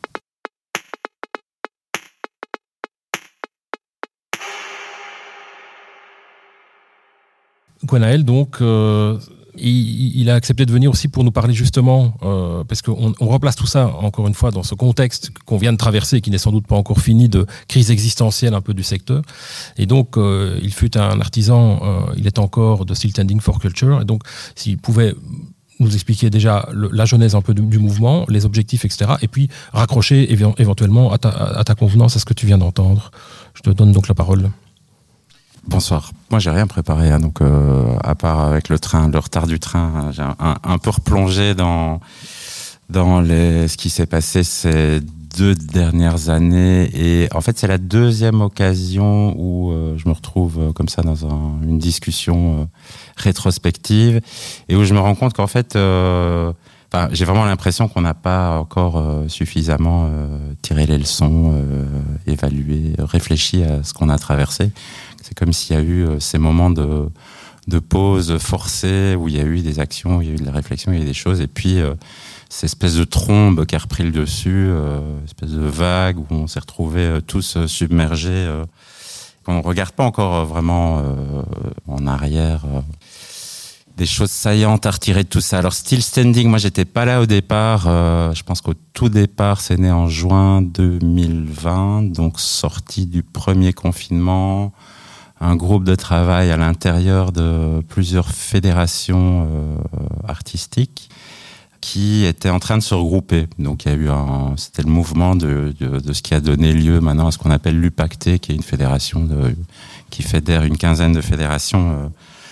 [SPEAKER 6] Gwenaël, donc, euh, il, il a accepté de venir aussi pour nous parler justement, euh, parce qu'on on replace tout ça, encore une fois, dans ce contexte qu'on vient de traverser, qui n'est sans doute pas encore fini, de crise existentielle un peu du secteur. Et donc, euh, il fut un artisan, euh, il est encore de Still Standing for Culture. Et donc, s'il pouvait nous expliquer déjà le, la genèse un peu du, du mouvement, les objectifs, et cetera. Et puis, raccrocher évi- éventuellement à ta, à ta convenance à ce que tu viens d'entendre. Je te donne donc la parole.
[SPEAKER 9] Bonsoir. Moi, j'ai rien préparé, hein, donc euh, à part avec le train, le retard du train, j'ai un, un, un peu replongé dans dans les, ce qui s'est passé ces deux dernières années. Et en fait, c'est la deuxième occasion où euh, je me retrouve euh, comme ça dans un, une discussion euh, rétrospective et où je me rends compte qu'en fait, euh, enfin, j'ai vraiment l'impression qu'on n'a pas encore euh, suffisamment euh, tiré les leçons, euh, évalué, réfléchi à ce qu'on a traversé. C'est comme s'il y a eu euh, ces moments de, de pause forcée où il y a eu des actions, où il y a eu de la réflexion, il y a eu des choses. Et puis, euh, cette espèce de trombe qui a repris le dessus, euh, espèce de vague où on s'est retrouvés euh, tous euh, submergés. Euh, on ne regarde pas encore euh, vraiment euh, en arrière euh, des choses saillantes à retirer de tout ça. Alors, Still Standing, moi, j'étais pas là au départ. Euh, je pense qu'au tout départ, c'est né en juin deux mille vingt, donc sorti du premier confinement. Un groupe de travail à l'intérieur de plusieurs fédérations euh, artistiques qui étaient en train de se regrouper. Donc il y a eu un, c'était le mouvement de, de, de ce qui a donné lieu maintenant à ce qu'on appelle l'U P A C T, qui est une fédération de, qui fédère une quinzaine de fédérations euh,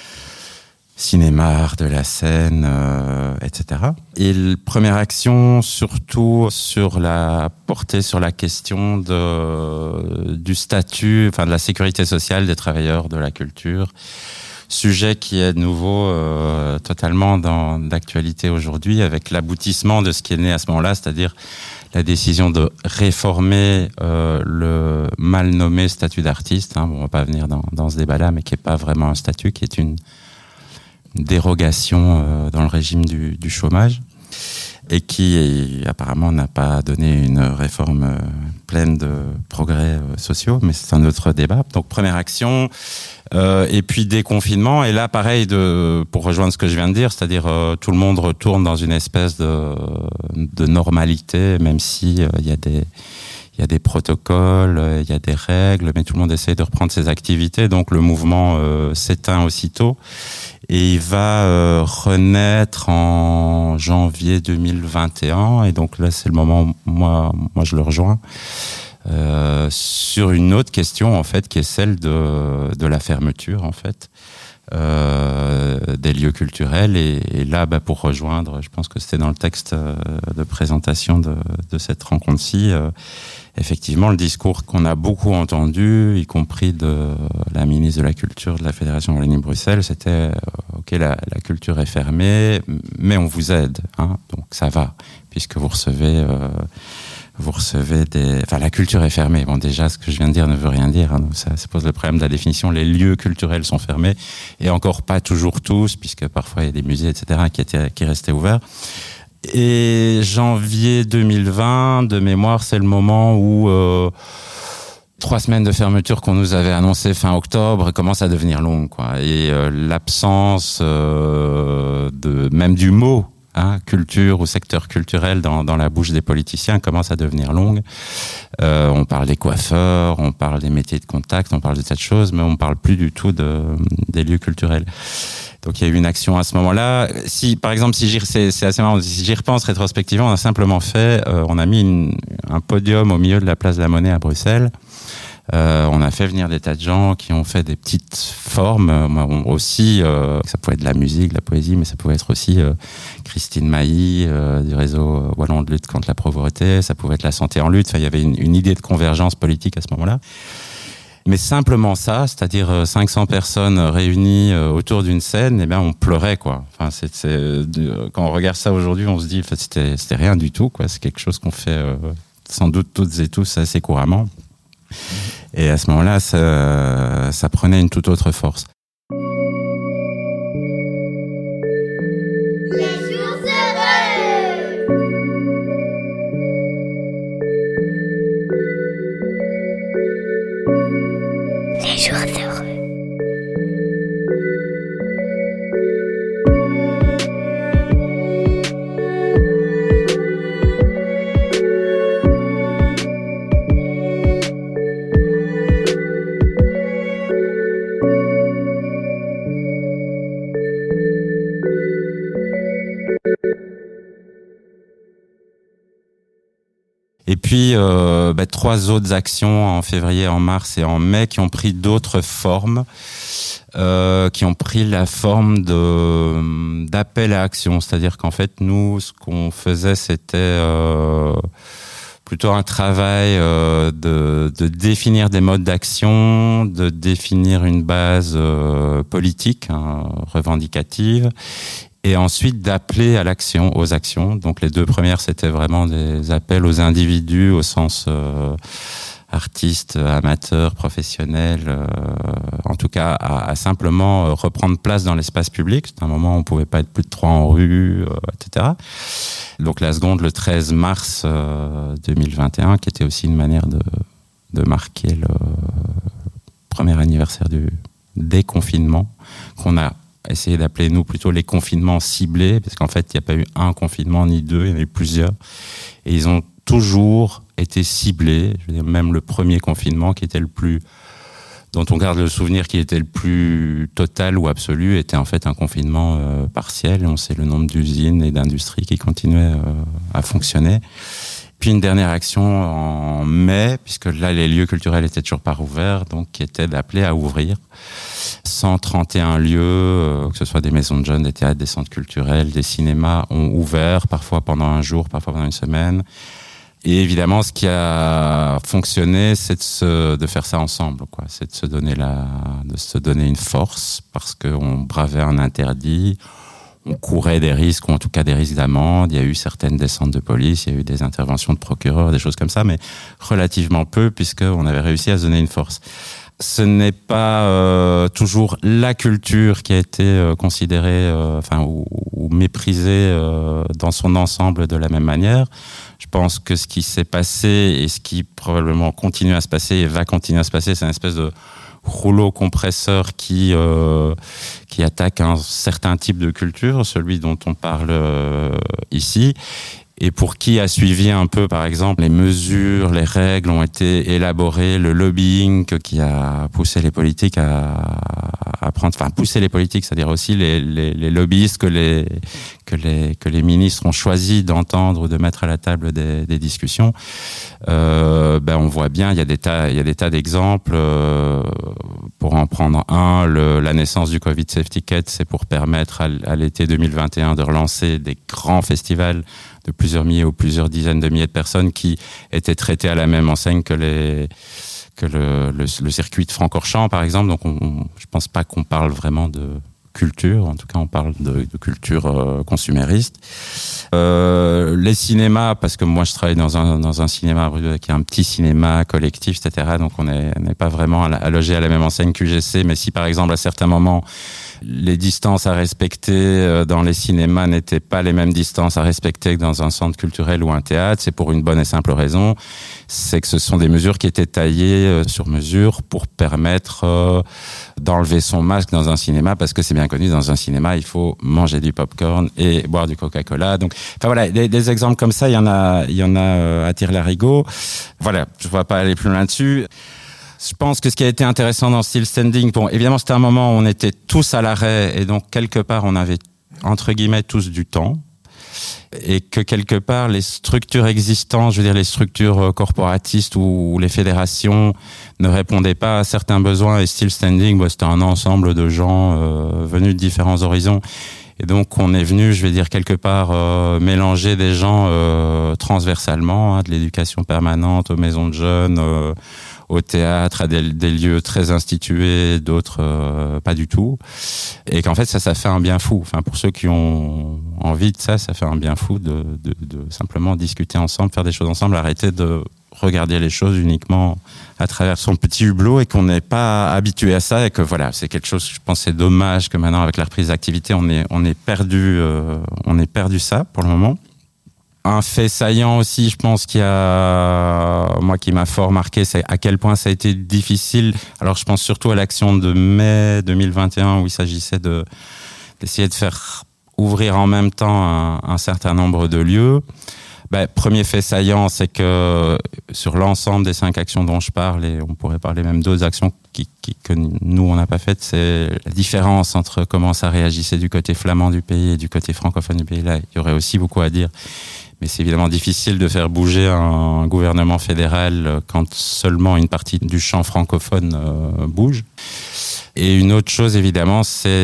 [SPEAKER 9] cinéma, art de la scène, euh, et cetera. Et la première action, surtout sur la portée sur la question de, du statut, enfin de la sécurité sociale des travailleurs de la culture, sujet qui est de nouveau euh, totalement dans, d'actualité aujourd'hui, avec l'aboutissement de ce qui est né à ce moment-là, c'est-à-dire la décision de réformer euh, le mal nommé statut d'artiste. Hein, bon, on va pas venir dans, dans ce débat-là, mais qui est pas vraiment un statut, qui est une dérogation euh, dans le régime du, du chômage et qui apparemment n'a pas donné une réforme euh, pleine de progrès euh, sociaux, mais c'est un autre débat. Donc première action, euh, et puis déconfinement, et là pareil, de, pour rejoindre ce que je viens de dire, c'est-à-dire euh, tout le monde retourne dans une espèce de, de normalité, même si il euh, y a des il y a des protocoles, il y a des règles, mais tout le monde essaie de reprendre ses activités, donc le mouvement euh, s'éteint aussitôt. Et il va euh, renaître en janvier deux mille vingt et un, et donc là c'est le moment où moi, moi je le rejoins, euh, sur une autre question en fait, qui est celle de, de la fermeture en fait, euh, des lieux culturels. Et, et là, bah, pour rejoindre, je pense que c'était dans le texte de présentation de, de cette rencontre-ci, euh, effectivement, le discours qu'on a beaucoup entendu, y compris de la ministre de la Culture de la Fédération Wallonie-Bruxelles, c'était euh, ok, la, la culture est fermée, mais on vous aide, hein, donc ça va, puisque vous recevez, euh, vous recevez des, enfin la culture est fermée. Bon, déjà, ce que je viens de dire ne veut rien dire. Hein, donc ça, ça pose le problème de la définition. Les lieux culturels sont fermés, et encore pas toujours tous, puisque parfois il y a des musées, et cetera, qui étaient, qui restaient ouverts. Et janvier deux mille vingt, de mémoire, c'est le moment où euh, trois semaines de fermeture qu'on nous avait annoncé fin octobre commencent à devenir longues, quoi. Et euh, l'absence euh, de même du mot hein, culture ou secteur culturel dans, dans la bouche des politiciens commence à devenir longue. Euh, on parle des coiffeurs, on parle des métiers de contact, on parle de tas de choses, mais on parle plus du tout de, des lieux culturels. Donc il y a eu une action à ce moment-là. Si, par exemple, si j'y, c'est, c'est assez marrant, si j'y repense rétrospectivement, on a simplement fait, euh, on a mis une, un podium au milieu de la place de la Monnaie à Bruxelles, Euh, on a fait venir des tas de gens qui ont fait des petites formes, euh, aussi, euh, ça pouvait être de la musique, de la poésie, mais ça pouvait être aussi euh, Christine Mailly euh, du réseau wallon de lutte contre la pauvreté, ça pouvait être la santé en lutte, enfin, il y avait une, une idée de convergence politique à ce moment-là. Mais simplement ça, c'est-à-dire cinq cents personnes réunies autour d'une scène, eh bien on pleurait quoi. Enfin, c'est, c'est, quand on regarde ça aujourd'hui, on se dit, enfin, c'était, c'était rien du tout quoi. C'est quelque chose qu'on fait euh, sans doute toutes et tous assez couramment. Et à ce moment-là, ça, ça prenait une toute autre force.
[SPEAKER 3] Les jours heureux. Les jours heureux.
[SPEAKER 9] Et puis, euh, bah, trois autres actions en février, en mars et en mai qui ont pris d'autres formes, euh, qui ont pris la forme de d'appel à action. C'est-à-dire qu'en fait, nous, ce qu'on faisait, c'était euh, plutôt un travail euh, de, de définir des modes d'action, de définir une base euh, politique, hein, revendicative, et ensuite d'appeler à l'action, aux actions. Donc les deux premières, c'était vraiment des appels aux individus au sens euh, artistes, amateurs, professionnels, euh, en tout cas à, à simplement reprendre place dans l'espace public. C'était un moment où on pouvait pas être plus de trois en rue, euh, et cetera. Donc la seconde, le treize mars euh, deux mille vingt et un, qui était aussi une manière de, de marquer le premier anniversaire du déconfinement, qu'on a essayer d'appeler, nous, plutôt les confinements ciblés, parce qu'en fait, il n'y a pas eu un confinement ni deux, il y en a eu plusieurs. Et ils ont toujours été ciblés. Je veux dire, même le premier confinement, qui était le plus, dont on garde le souvenir qui était le plus total ou absolu, était en fait un confinement euh, partiel. Et on sait le nombre d'usines et d'industries qui continuaient euh, à fonctionner. Puis une dernière action en mai, puisque là, les lieux culturels étaient toujours pas rouverts, donc qui était d'appeler à ouvrir cent trente et un lieux, euh, que ce soit des maisons de jeunes, des théâtres, des centres culturels, des cinémas, ont ouvert, parfois pendant un jour, parfois pendant une semaine. Et évidemment, ce qui a fonctionné, c'est de, se, de faire ça ensemble, quoi. C'est de se donner la, de se donner une force, parce qu'on bravait un interdit, on courait des risques, ou en tout cas des risques d'amende. Il y a eu certaines descentes de police, il y a eu des interventions de procureurs, des choses comme ça, mais relativement peu, puisqu'on avait réussi à se donner une force. Ce n'est pas euh, toujours la culture qui a été euh, considérée, euh, enfin, ou, ou méprisée euh, dans son ensemble de la même manière. Je pense que ce qui s'est passé et ce qui probablement continue à se passer et va continuer à se passer, c'est une espèce de rouleau compresseur qui euh, qui attaque un certain type de culture, celui dont on parle euh, ici. Et pour qui a suivi un peu, par exemple, les mesures, les règles ont été élaborées, le lobbying qui a poussé les politiques à, à prendre, enfin poussé les politiques, c'est-à-dire aussi les, les, les lobbyistes que les que les que les ministres ont choisi d'entendre ou de mettre à la table des, des discussions. Euh, ben on voit bien, il y a des tas, il y a des tas d'exemples. Euh, pour en prendre un, le, la naissance du Covid Safe Ticket, c'est pour permettre à, à l'été deux mille vingt et un de relancer des grands festivals de plusieurs milliers ou plusieurs dizaines de milliers de personnes qui étaient traitées à la même enseigne que les que le, le, le circuit de Francorchamps, par exemple. Donc, on, on, je pense pas qu'on parle vraiment de culture. En tout cas, on parle de, de culture euh, consumériste. Euh, les cinémas, parce que moi, je travaille dans un dans un cinéma qui est un petit cinéma collectif, et cetera. Donc, on n'est on n'est pas vraiment allogé à la même enseigne qu'U G C. Mais si, par exemple, à certains moments, les distances à respecter dans les cinémas n'étaient pas les mêmes distances à respecter que dans un centre culturel ou un théâtre, c'est pour une bonne et simple raison, c'est que ce sont des mesures qui étaient taillées sur mesure pour permettre d'enlever son masque dans un cinéma, parce que c'est bien connu, dans un cinéma, il faut manger du popcorn et boire du Coca-Cola. Donc, enfin voilà, des, des exemples comme ça, il y en a, il y en a à tire-larigot. Voilà, je ne vais pas aller plus loin dessus. Je pense que ce qui a été intéressant dans Still Standing, bon, évidemment, c'était un moment où on était tous à l'arrêt et donc, quelque part, on avait, entre guillemets, tous du temps. et que quelque part les structures existantes, je veux dire les structures corporatistes ou, ou les fédérations ne répondaient pas à certains besoins, et Still Standing, bah, c'était un ensemble de gens euh, venus de différents horizons. Et donc on est venu, je vais dire quelque part, euh, mélanger des gens euh, transversalement, hein, de l'éducation permanente aux maisons de jeunes, euh, au théâtre, à des, des lieux très institués, d'autres euh, pas du tout. Et qu'en fait ça, ça fait un bien fou. Enfin, pour ceux qui ont envie de ça, ça fait un bien fou de, de, de simplement discuter ensemble, faire des choses ensemble, arrêter de regarder les choses uniquement à travers son petit hublot et qu'on n'est pas habitué à ça et que voilà, c'est quelque chose, je pense, c'est dommage que maintenant avec la reprise d'activité, on est on est perdu, euh, on est perdu ça pour le moment. Un fait saillant aussi, je pense, qui a, moi, qui m'a fort marqué, c'est à quel point ça a été difficile. Alors, je pense surtout à l'action de mai deux mille vingt et un où il s'agissait de d'essayer de faire ouvrir en même temps un, un certain nombre de lieux. Ben, premier fait saillant, c'est que sur l'ensemble des cinq actions dont je parle, et on pourrait parler même d'autres actions qui, qui, que nous, on n'a pas faites, c'est la différence entre comment ça réagissait du côté flamand du pays et du côté francophone du pays. Là, il y aurait aussi beaucoup à dire. Mais c'est évidemment difficile de faire bouger un gouvernement fédéral quand seulement une partie du champ francophone euh, bouge. Et une autre chose, évidemment,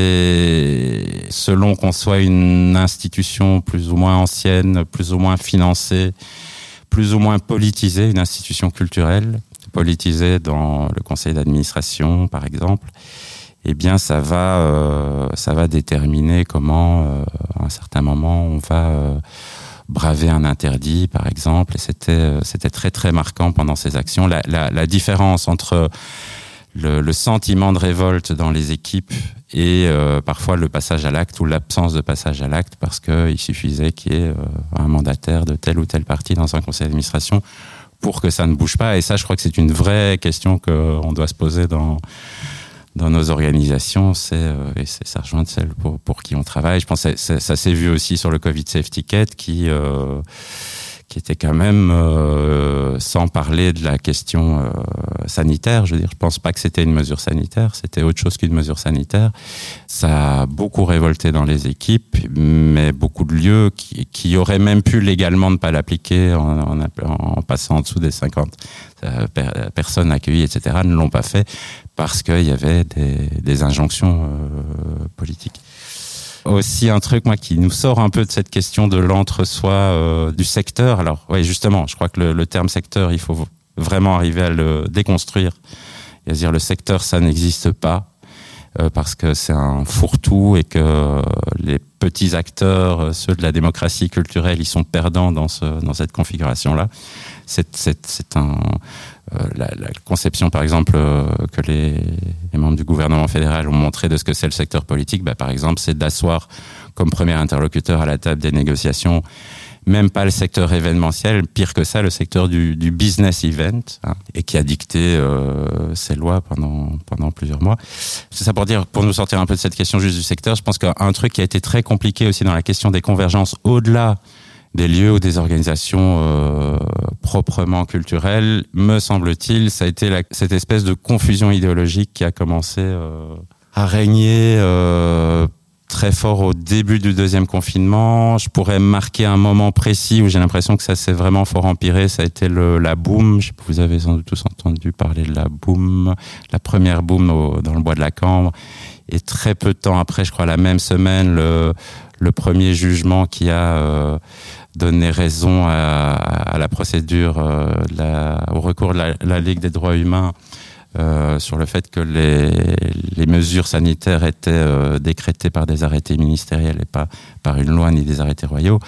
[SPEAKER 9] c'est selon qu'on soit une institution plus ou moins ancienne, plus ou moins financée, plus ou moins politisée, une institution culturelle, politisée dans le conseil d'administration, par exemple, eh bien, ça va, euh, ça va déterminer comment, euh, à un certain moment, on va euh, braver un interdit, par exemple. Et c'était, c'était très, très marquant pendant ces actions. La, la, la différence entre Le, le sentiment de révolte dans les équipes et euh, parfois le passage à l'acte ou l'absence de passage à l'acte parce qu'il suffisait qu'il y ait euh, un mandataire de telle ou telle partie dans un conseil d'administration pour que ça ne bouge pas. Et ça, je crois que c'est une vraie question qu'on doit se poser dans, dans nos organisations. C'est, euh, et c'est, ça rejoint celle pour, pour qui on travaille. Je pense que ça, ça s'est vu aussi sur le Covid Safety Kit qui... Euh, qui était quand même, euh, sans parler de la question euh, sanitaire, je veux dire, je pense pas que c'était une mesure sanitaire, c'était autre chose qu'une mesure sanitaire. Ça a beaucoup révolté dans les équipes, mais beaucoup de lieux qui, qui auraient même pu légalement ne pas l'appliquer en, en, en passant en dessous des cinquante euh, per, personnes accueillies, et cetera, ne l'ont pas fait parce qu'il y avait des, des injonctions euh, politiques. Aussi un truc moi qui nous sort un peu de cette question de l'entre-soi euh, du secteur. Alors oui, justement, je crois que le, le terme secteur, il faut vraiment arriver à le déconstruire et à dire le secteur, ça n'existe pas euh, parce que c'est un fourre-tout et que euh, les petits acteurs, ceux de la démocratie culturelle, ils sont perdants dans ce dans cette configuration-là. C'est c'est c'est un Euh, la, la conception, par exemple, euh, que les, les membres du gouvernement fédéral ont montré de ce que c'est le secteur politique, bah, par exemple, c'est d'asseoir comme premier interlocuteur à la table des négociations, même pas le secteur événementiel, pire que ça, le secteur du, du business event, hein, et qui a dicté euh, ces lois pendant, pendant plusieurs mois. C'est ça pour dire, pour nous sortir un peu de cette question juste du secteur, je pense qu'un truc qui a été très compliqué aussi dans la question des convergences au-delà des lieux ou des organisations euh, proprement culturelles, me semble-t-il, ça a été la, cette espèce de confusion idéologique qui a commencé euh, à régner euh, très fort au début du deuxième confinement. Je pourrais marquer un moment précis où j'ai l'impression que ça s'est vraiment fort empiré, ça a été le, la boom. Je sais pas, vous avez sans doute tous entendu parler de la boom, la première boom au, dans le bois de la Cambre. Et très peu de temps après, je crois la même semaine, le, le premier jugement qui a... Euh, donner raison à, à la procédure, euh, la, au recours de la, la Ligue des droits humains euh, sur le fait que les, les mesures sanitaires étaient euh, décrétées par des arrêtés ministériels et pas par une loi ni des arrêtés royaux,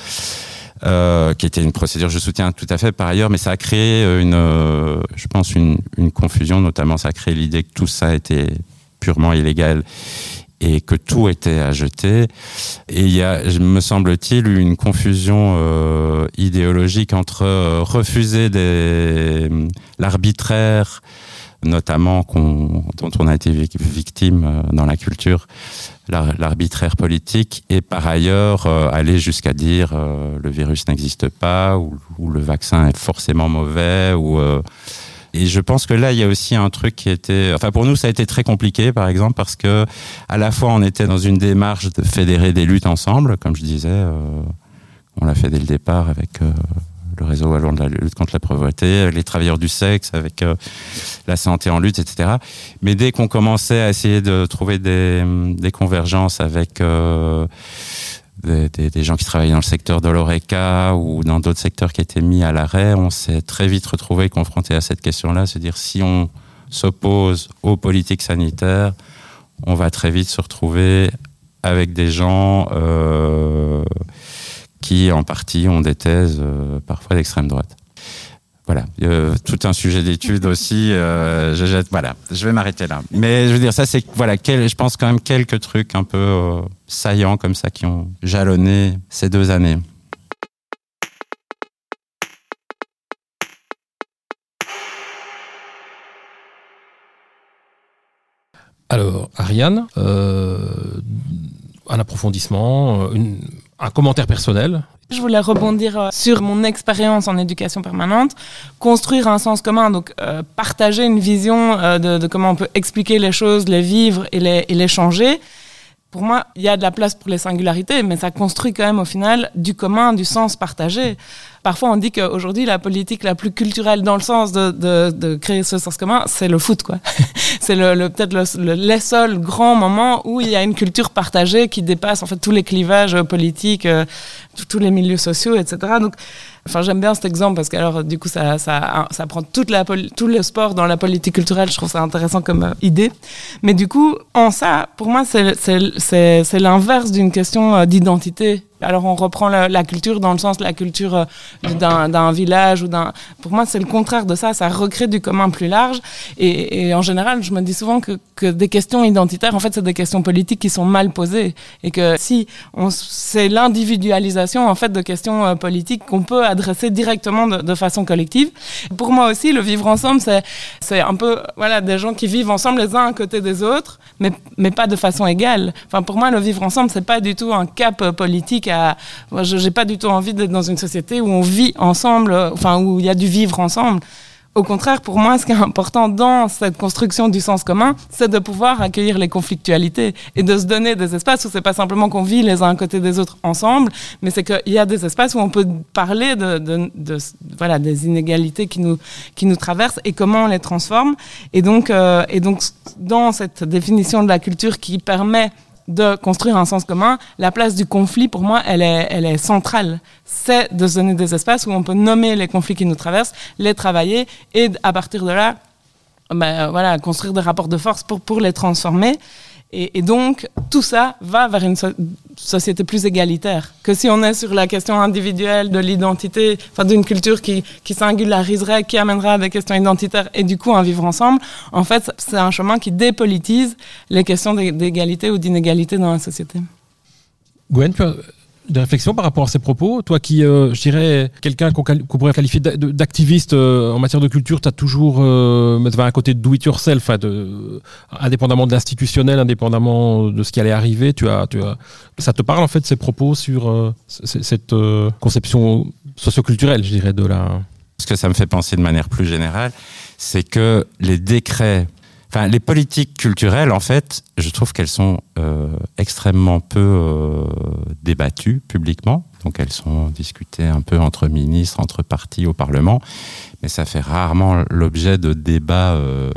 [SPEAKER 9] euh, qui était une procédure, je soutiens tout à fait par ailleurs, mais ça a créé une, euh, je pense, une, une confusion, notamment ça a créé l'idée que tout ça était purement illégal et que tout était à jeter. Et il y a, me semble-t-il, une confusion euh, idéologique entre euh, refuser des, l'arbitraire, notamment qu'on, dont on a été victime euh, dans la culture, l'ar, l'arbitraire politique, et par ailleurs euh, aller jusqu'à dire euh, le virus n'existe pas, ou, ou le vaccin est forcément mauvais, ou... Euh, Et je pense que là, il y a aussi un truc qui était... Enfin, pour nous, ça a été très compliqué, par exemple, parce que à la fois, on était dans une démarche de fédérer des luttes ensemble, comme je disais, euh, On l'a fait dès le départ avec euh, le réseau wallon de la lutte contre la pauvreté, avec les travailleurs du sexe, avec euh, la santé en lutte, et cetera. Mais dès qu'on commençait à essayer de trouver des, des convergences avec euh, des, des, des gens qui travaillaient dans le secteur de l'Horeca ou dans d'autres secteurs qui étaient mis à l'arrêt, on s'est très vite retrouvé confronté à cette question-là, se dire si on s'oppose aux politiques sanitaires, on va très vite se retrouver avec des gens euh, qui, en partie, ont des thèses euh, parfois d'extrême droite. Voilà, euh, tout un sujet d'étude aussi. Euh, je, je, voilà, je vais m'arrêter là. Mais je veux dire, ça, c'est voilà, quel, je pense quand même quelques trucs un peu euh, saillants comme ça qui ont jalonné ces deux années.
[SPEAKER 6] Alors, Ariane, euh, un approfondissement, une, un commentaire personnel.
[SPEAKER 8] Je voulais rebondir sur mon expérience en éducation permanente, construire un sens commun, donc euh, partager une vision euh, de, de comment on peut expliquer les choses, les vivre et les, et les changer. Pour moi, il y a de la place pour les singularités, mais ça construit quand même au final du commun, du sens partagé. Parfois, on dit qu'aujourd'hui, la politique la plus culturelle dans le sens de, de, de créer ce sens commun, c'est le foot, quoi. C'est le, le, peut-être le, le, les seuls grands moments où il y a une culture partagée qui dépasse en fait tous les clivages politiques, euh, tous les milieux sociaux, et cetera. Donc, enfin, j'aime bien cet exemple parce que alors, du coup, ça, ça, ça prend toute la, tout le sport dans la politique culturelle. Je trouve ça intéressant comme euh, idée. Mais du coup, en ça, pour moi, c'est, c'est, c'est, c'est l'inverse d'une question euh, d'identité. Alors on reprend la, la culture dans le sens la culture euh, d'un, d'un village ou d'un. Pour moi, c'est le contraire de ça. Ça recrée du commun plus large. Et, et en général, je me dis souvent que, que des questions identitaires, en fait, c'est des questions politiques qui sont mal posées. Et que si on, c'est l'individualisation en fait de questions euh, politiques qu'on peut adresser directement de, de façon collective. Pour moi aussi, le vivre ensemble, c'est c'est un peu voilà des gens qui vivent ensemble les uns à côté des autres, mais mais pas de façon égale. Enfin, pour moi, le vivre ensemble, c'est pas du tout un cap euh, politique. À, moi, je n'ai pas du tout envie d'être dans une société où on vit ensemble, enfin où il y a du vivre ensemble. Au contraire, pour moi, ce qui est important dans cette construction du sens commun, c'est de pouvoir accueillir les conflictualités et de se donner des espaces où c'est pas simplement qu'on vit les uns à côté des autres ensemble, mais c'est qu'il y a des espaces où on peut parler de, de, de voilà des inégalités qui nous qui nous traversent et comment on les transforme. Et donc euh, et donc dans cette définition de la culture qui permet de construire un sens commun, la place du conflit, pour moi, elle est, elle est centrale. C'est de se donner des espaces où on peut nommer les conflits qui nous traversent, les travailler et à partir de là, ben, voilà, construire des rapports de force pour, pour les transformer. Et, et donc, tout ça va vers une so- société plus égalitaire. Que si on est sur la question individuelle de l'identité, enfin d'une culture qui, qui singulariserait, qui amènerait à des questions identitaires et du coup un vivre ensemble, en fait, c'est un chemin qui dépolitise les questions d'égalité ou d'inégalité dans la société.
[SPEAKER 6] Gwen, tu as des réflexions par rapport à ces propos? Toi qui, euh, je dirais, quelqu'un qu'on, qu'on pourrait qualifier d'activiste euh, en matière de culture, tu as toujours euh, un côté do it yourself, hein, de, indépendamment de l'institutionnel, indépendamment de ce qui allait arriver. Tu as, tu as, ça te parle en fait ces propos sur euh, cette euh, conception socioculturelle, je dirais, de la...
[SPEAKER 9] Ce que ça me fait penser de manière plus générale, c'est que les décrets... Enfin, les politiques culturelles, en fait, je trouve qu'elles sont euh, extrêmement peu euh, débattues publiquement. Donc, elles sont discutées un peu entre ministres, entre partis au Parlement. Mais ça fait rarement l'objet de débats euh,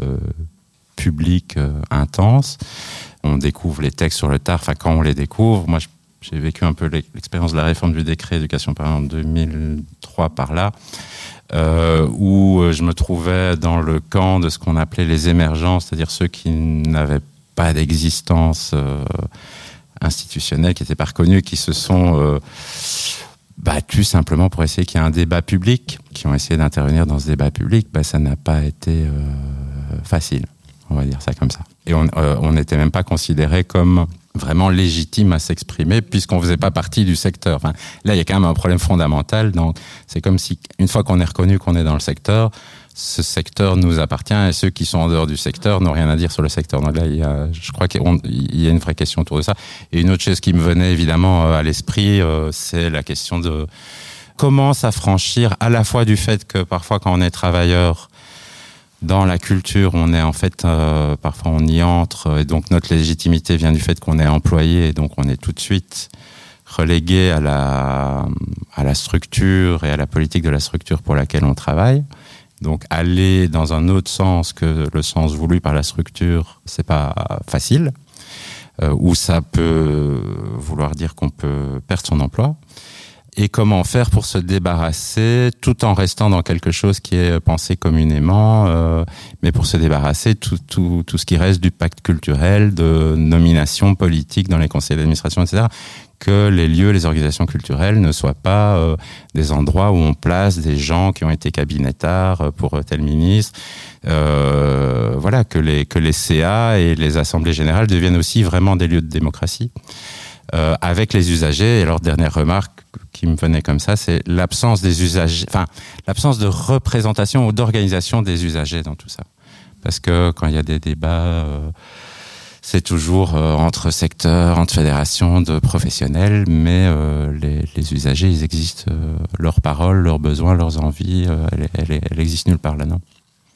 [SPEAKER 9] publics euh, intenses. On découvre les textes sur le tard. Enfin, quand on les découvre, moi, j'ai vécu un peu l'expérience de la réforme du décret éducation par exemple en deux mille trois par là. Euh, où je me trouvais dans le camp de ce qu'on appelait les émergents, c'est-à-dire ceux qui n'avaient pas d'existence euh, institutionnelle, qui n'étaient pas reconnus, qui se sont euh, battus simplement pour essayer qu'il y ait un débat public, qui ont essayé d'intervenir dans ce débat public. Bah, ça n'a pas été euh, facile, on va dire ça comme ça. Et on euh, n'était même pas considéré comme vraiment légitime à s'exprimer puisqu'on faisait pas partie du secteur. Enfin, là, il y a quand même un problème fondamental. Donc, c'est comme si, une fois qu'on est reconnu qu'on est dans le secteur, ce secteur nous appartient et ceux qui sont en dehors du secteur n'ont rien à dire sur le secteur. Donc là, il y a, je crois qu'il y a une vraie question autour de ça. Et une autre chose qui me venait évidemment à l'esprit, c'est la question de comment s'affranchir à la fois du fait que parfois quand on est travailleur, dans la culture, on est en fait, euh, parfois on y entre, et donc notre légitimité vient du fait qu'on est employé, et donc on est tout de suite relégué à la, à la structure et à la politique de la structure pour laquelle on travaille. Donc aller dans un autre sens que le sens voulu par la structure, c'est pas facile. Euh, ou ça peut vouloir dire qu'on peut perdre son emploi. Et comment faire pour se débarrasser, tout en restant dans quelque chose qui est pensé communément, euh, mais pour se débarrasser tout, tout, tout ce qui reste du pacte culturel, de nomination politique dans les conseils d'administration, et cetera. Que les lieux, les organisations culturelles ne soient pas euh, des endroits où on place des gens qui ont été cabinettards pour tel ministre. Euh, voilà, que les, que les C A et les assemblées générales deviennent aussi vraiment des lieux de démocratie. Euh, avec les usagers. Et alors, dernière remarque qui me venait comme ça, c'est l'absence des usagers, enfin, l'absence de représentation ou d'organisation des usagers dans tout ça. Parce que quand il y a des débats, euh, c'est toujours euh, entre secteurs, entre fédérations de professionnels, mais euh, les, les usagers, ils existent, euh, leurs paroles, leurs besoins, leurs envies, euh, elles, elles, elles existent nulle part là, non?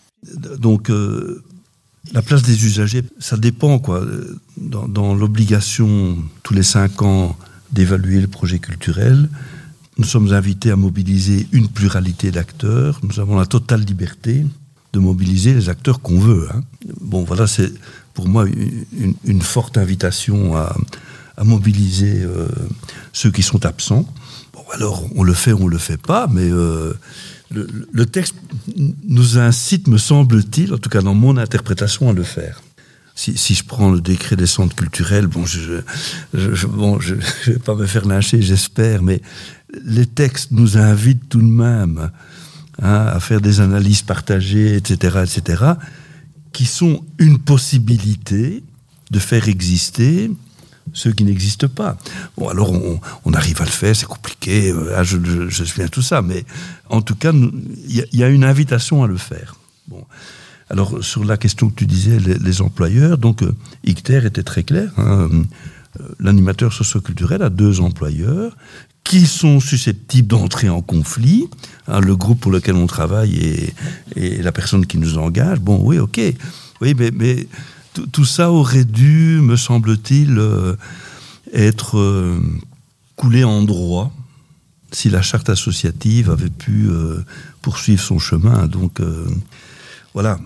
[SPEAKER 7] Donc, euh, la place des usagers, ça dépend, quoi. Dans, dans l'obligation, tous les cinq ans, d'évaluer le projet culturel, nous sommes invités à mobiliser une pluralité d'acteurs. Nous avons la totale liberté de mobiliser les acteurs qu'on veut. Hein. Bon, voilà, c'est pour moi une, une forte invitation à, à mobiliser euh, ceux qui sont absents. Bon, alors, on le fait ou on ne le fait pas, mais euh, le, le texte nous incite, me semble-t-il, en tout cas dans mon interprétation, à le faire. Si, si je prends le décret des centres culturels, bon, je je, je, bon, je, je vais pas me faire lyncher, j'espère, mais les textes nous invitent tout de même hein, à faire des analyses partagées, et cetera, et cetera, qui sont une possibilité de faire exister ceux qui n'existent pas. Bon, alors on, on arrive à le faire, c'est compliqué, euh, je, je, je suis bien tout ça, mais en tout cas, il y, y a une invitation à le faire. Bon. Alors, sur la question que tu disais, les, les employeurs, donc, euh, ICTER était très clair. Hein, euh, l'animateur socio-culturel a deux employeurs qui sont susceptibles d'entrer en conflit. Hein, le groupe pour lequel on travaille et, et la personne qui nous engage. Bon, oui, ok. Oui, mais, mais tout, tout ça aurait dû, me semble-t-il, euh, être euh, coulé en droit si la charte associative avait pu euh, poursuivre son chemin. Donc, euh, voilà.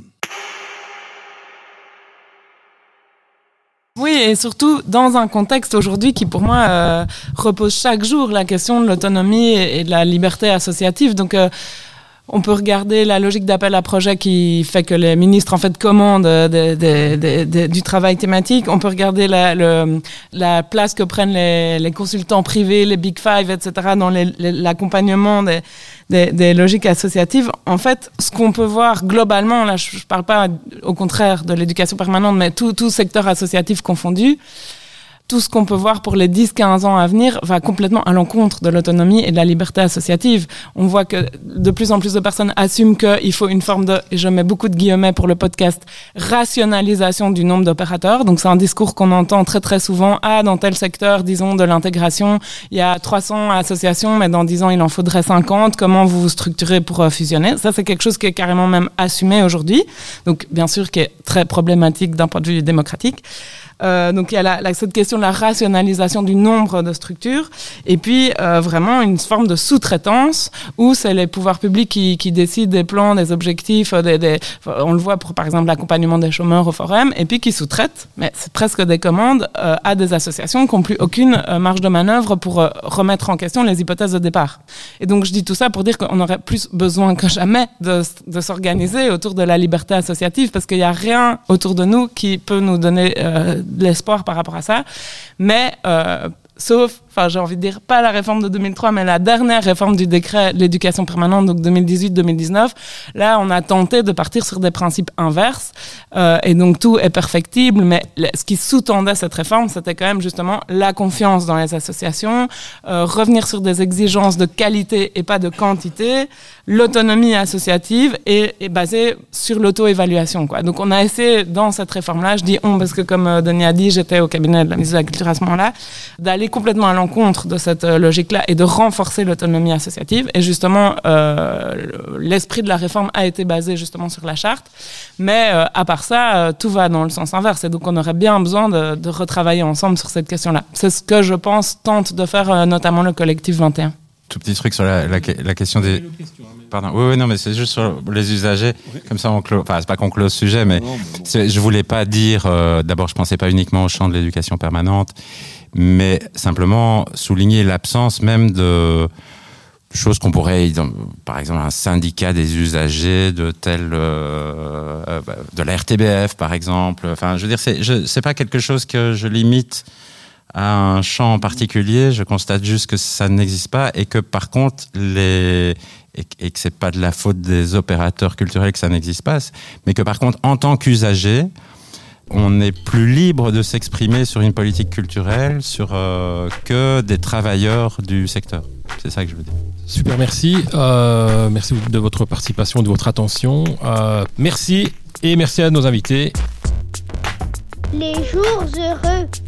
[SPEAKER 8] Oui, et surtout dans un contexte aujourd'hui qui, pour moi, euh, repose chaque jour la question de l'autonomie et de la liberté associative. Donc, euh, on peut regarder la logique d'appel à projet qui fait que les ministres, en fait, commandent de, de, de, de, du travail thématique. On peut regarder la, le, la place que prennent les, les consultants privés, les Big Five, et cetera, dans les, les, l'accompagnement des, des, des logiques associatives. En fait, ce qu'on peut voir globalement, là, je ne parle pas au contraire de l'éducation permanente, mais tout, tout secteur associatif confondu, tout ce qu'on peut voir pour les dix à quinze ans à venir va complètement à l'encontre de l'autonomie et de la liberté associative. On voit que de plus en plus de personnes assument qu'il faut une forme de, et je mets beaucoup de guillemets pour le podcast, rationalisation du nombre d'opérateurs. Donc c'est un discours qu'on entend très très souvent. Ah, dans tel secteur, disons, de l'intégration, il y a trois cents associations, mais dans dix ans, il en faudrait cinquante. Comment vous vous structurez pour fusionner? Ça, c'est quelque chose qui est carrément même assumé aujourd'hui. Donc bien sûr, qui est très problématique d'un point de vue démocratique. Euh, donc il y a la, la, cette question de la rationalisation du nombre de structures et puis euh, vraiment une forme de sous-traitance où c'est les pouvoirs publics qui, qui décident des plans, des objectifs, des, des, on le voit pour par exemple l'accompagnement des chômeurs au Forum et puis qui sous-traitent, mais c'est presque des commandes euh, à des associations qui n'ont plus aucune euh, marge de manœuvre pour euh, remettre en question les hypothèses de départ. Et donc je dis tout ça pour dire qu'on aurait plus besoin que jamais de, de s'organiser autour de la liberté associative parce qu'il n'y a rien autour de nous qui peut nous donner euh, de l'espoir par rapport à ça, mais euh, sauf, enfin j'ai envie de dire, pas la réforme de deux mille trois, mais la dernière réforme du décret de l'éducation permanente, donc deux mille dix-huit deux mille dix-neuf, là on a tenté de partir sur des principes inverses, euh, et donc tout est perfectible, mais ce qui sous-tendait cette réforme, c'était quand même justement la confiance dans les associations, euh, revenir sur des exigences de qualité et pas de quantité, l'autonomie associative est, est basée sur l'auto-évaluation, quoi. Donc on a essayé dans cette réforme-là, je dis on parce que comme Denis a dit, j'étais au cabinet de la ministre de la Culture à ce moment-là, d'aller complètement à l'encontre l'encontre de cette euh, logique-là et de renforcer l'autonomie associative. Et justement, euh, l'esprit de la réforme a été basé justement sur la charte. Mais euh, à part ça, euh, tout va dans le sens inverse. Et donc, on aurait bien besoin de, de retravailler ensemble sur cette question-là. C'est ce que je pense tente de faire euh, notamment le collectif vingt et un.
[SPEAKER 9] Tout petit truc sur la, la, la question des... Pardon. Oui, oui, non, mais c'est juste sur les usagers. Comme ça, on clôt... Enfin, c'est pas qu'on clôt le sujet, mais c'est... je voulais pas dire... Euh, d'abord, je pensais pas uniquement au champ de l'éducation permanente, mais simplement souligner l'absence même de choses qu'on pourrait... Par exemple, un syndicat des usagers de tel... Euh, de la R T B F, par exemple. Enfin, je veux dire, c'est, je, c'est pas quelque chose que je limite à un champ en particulier. Je constate juste que ça n'existe pas et que, par contre, les... et, et que c'est pas de la faute des opérateurs culturels que ça n'existe pas, mais que par contre, en tant qu'usager, on est plus libre de s'exprimer sur une politique culturelle sur, euh, que des travailleurs du secteur. C'est ça que je veux dire.
[SPEAKER 6] Super, merci. Euh, merci de votre participation, de votre attention. Euh, merci et merci à nos invités.
[SPEAKER 3] Les jours heureux.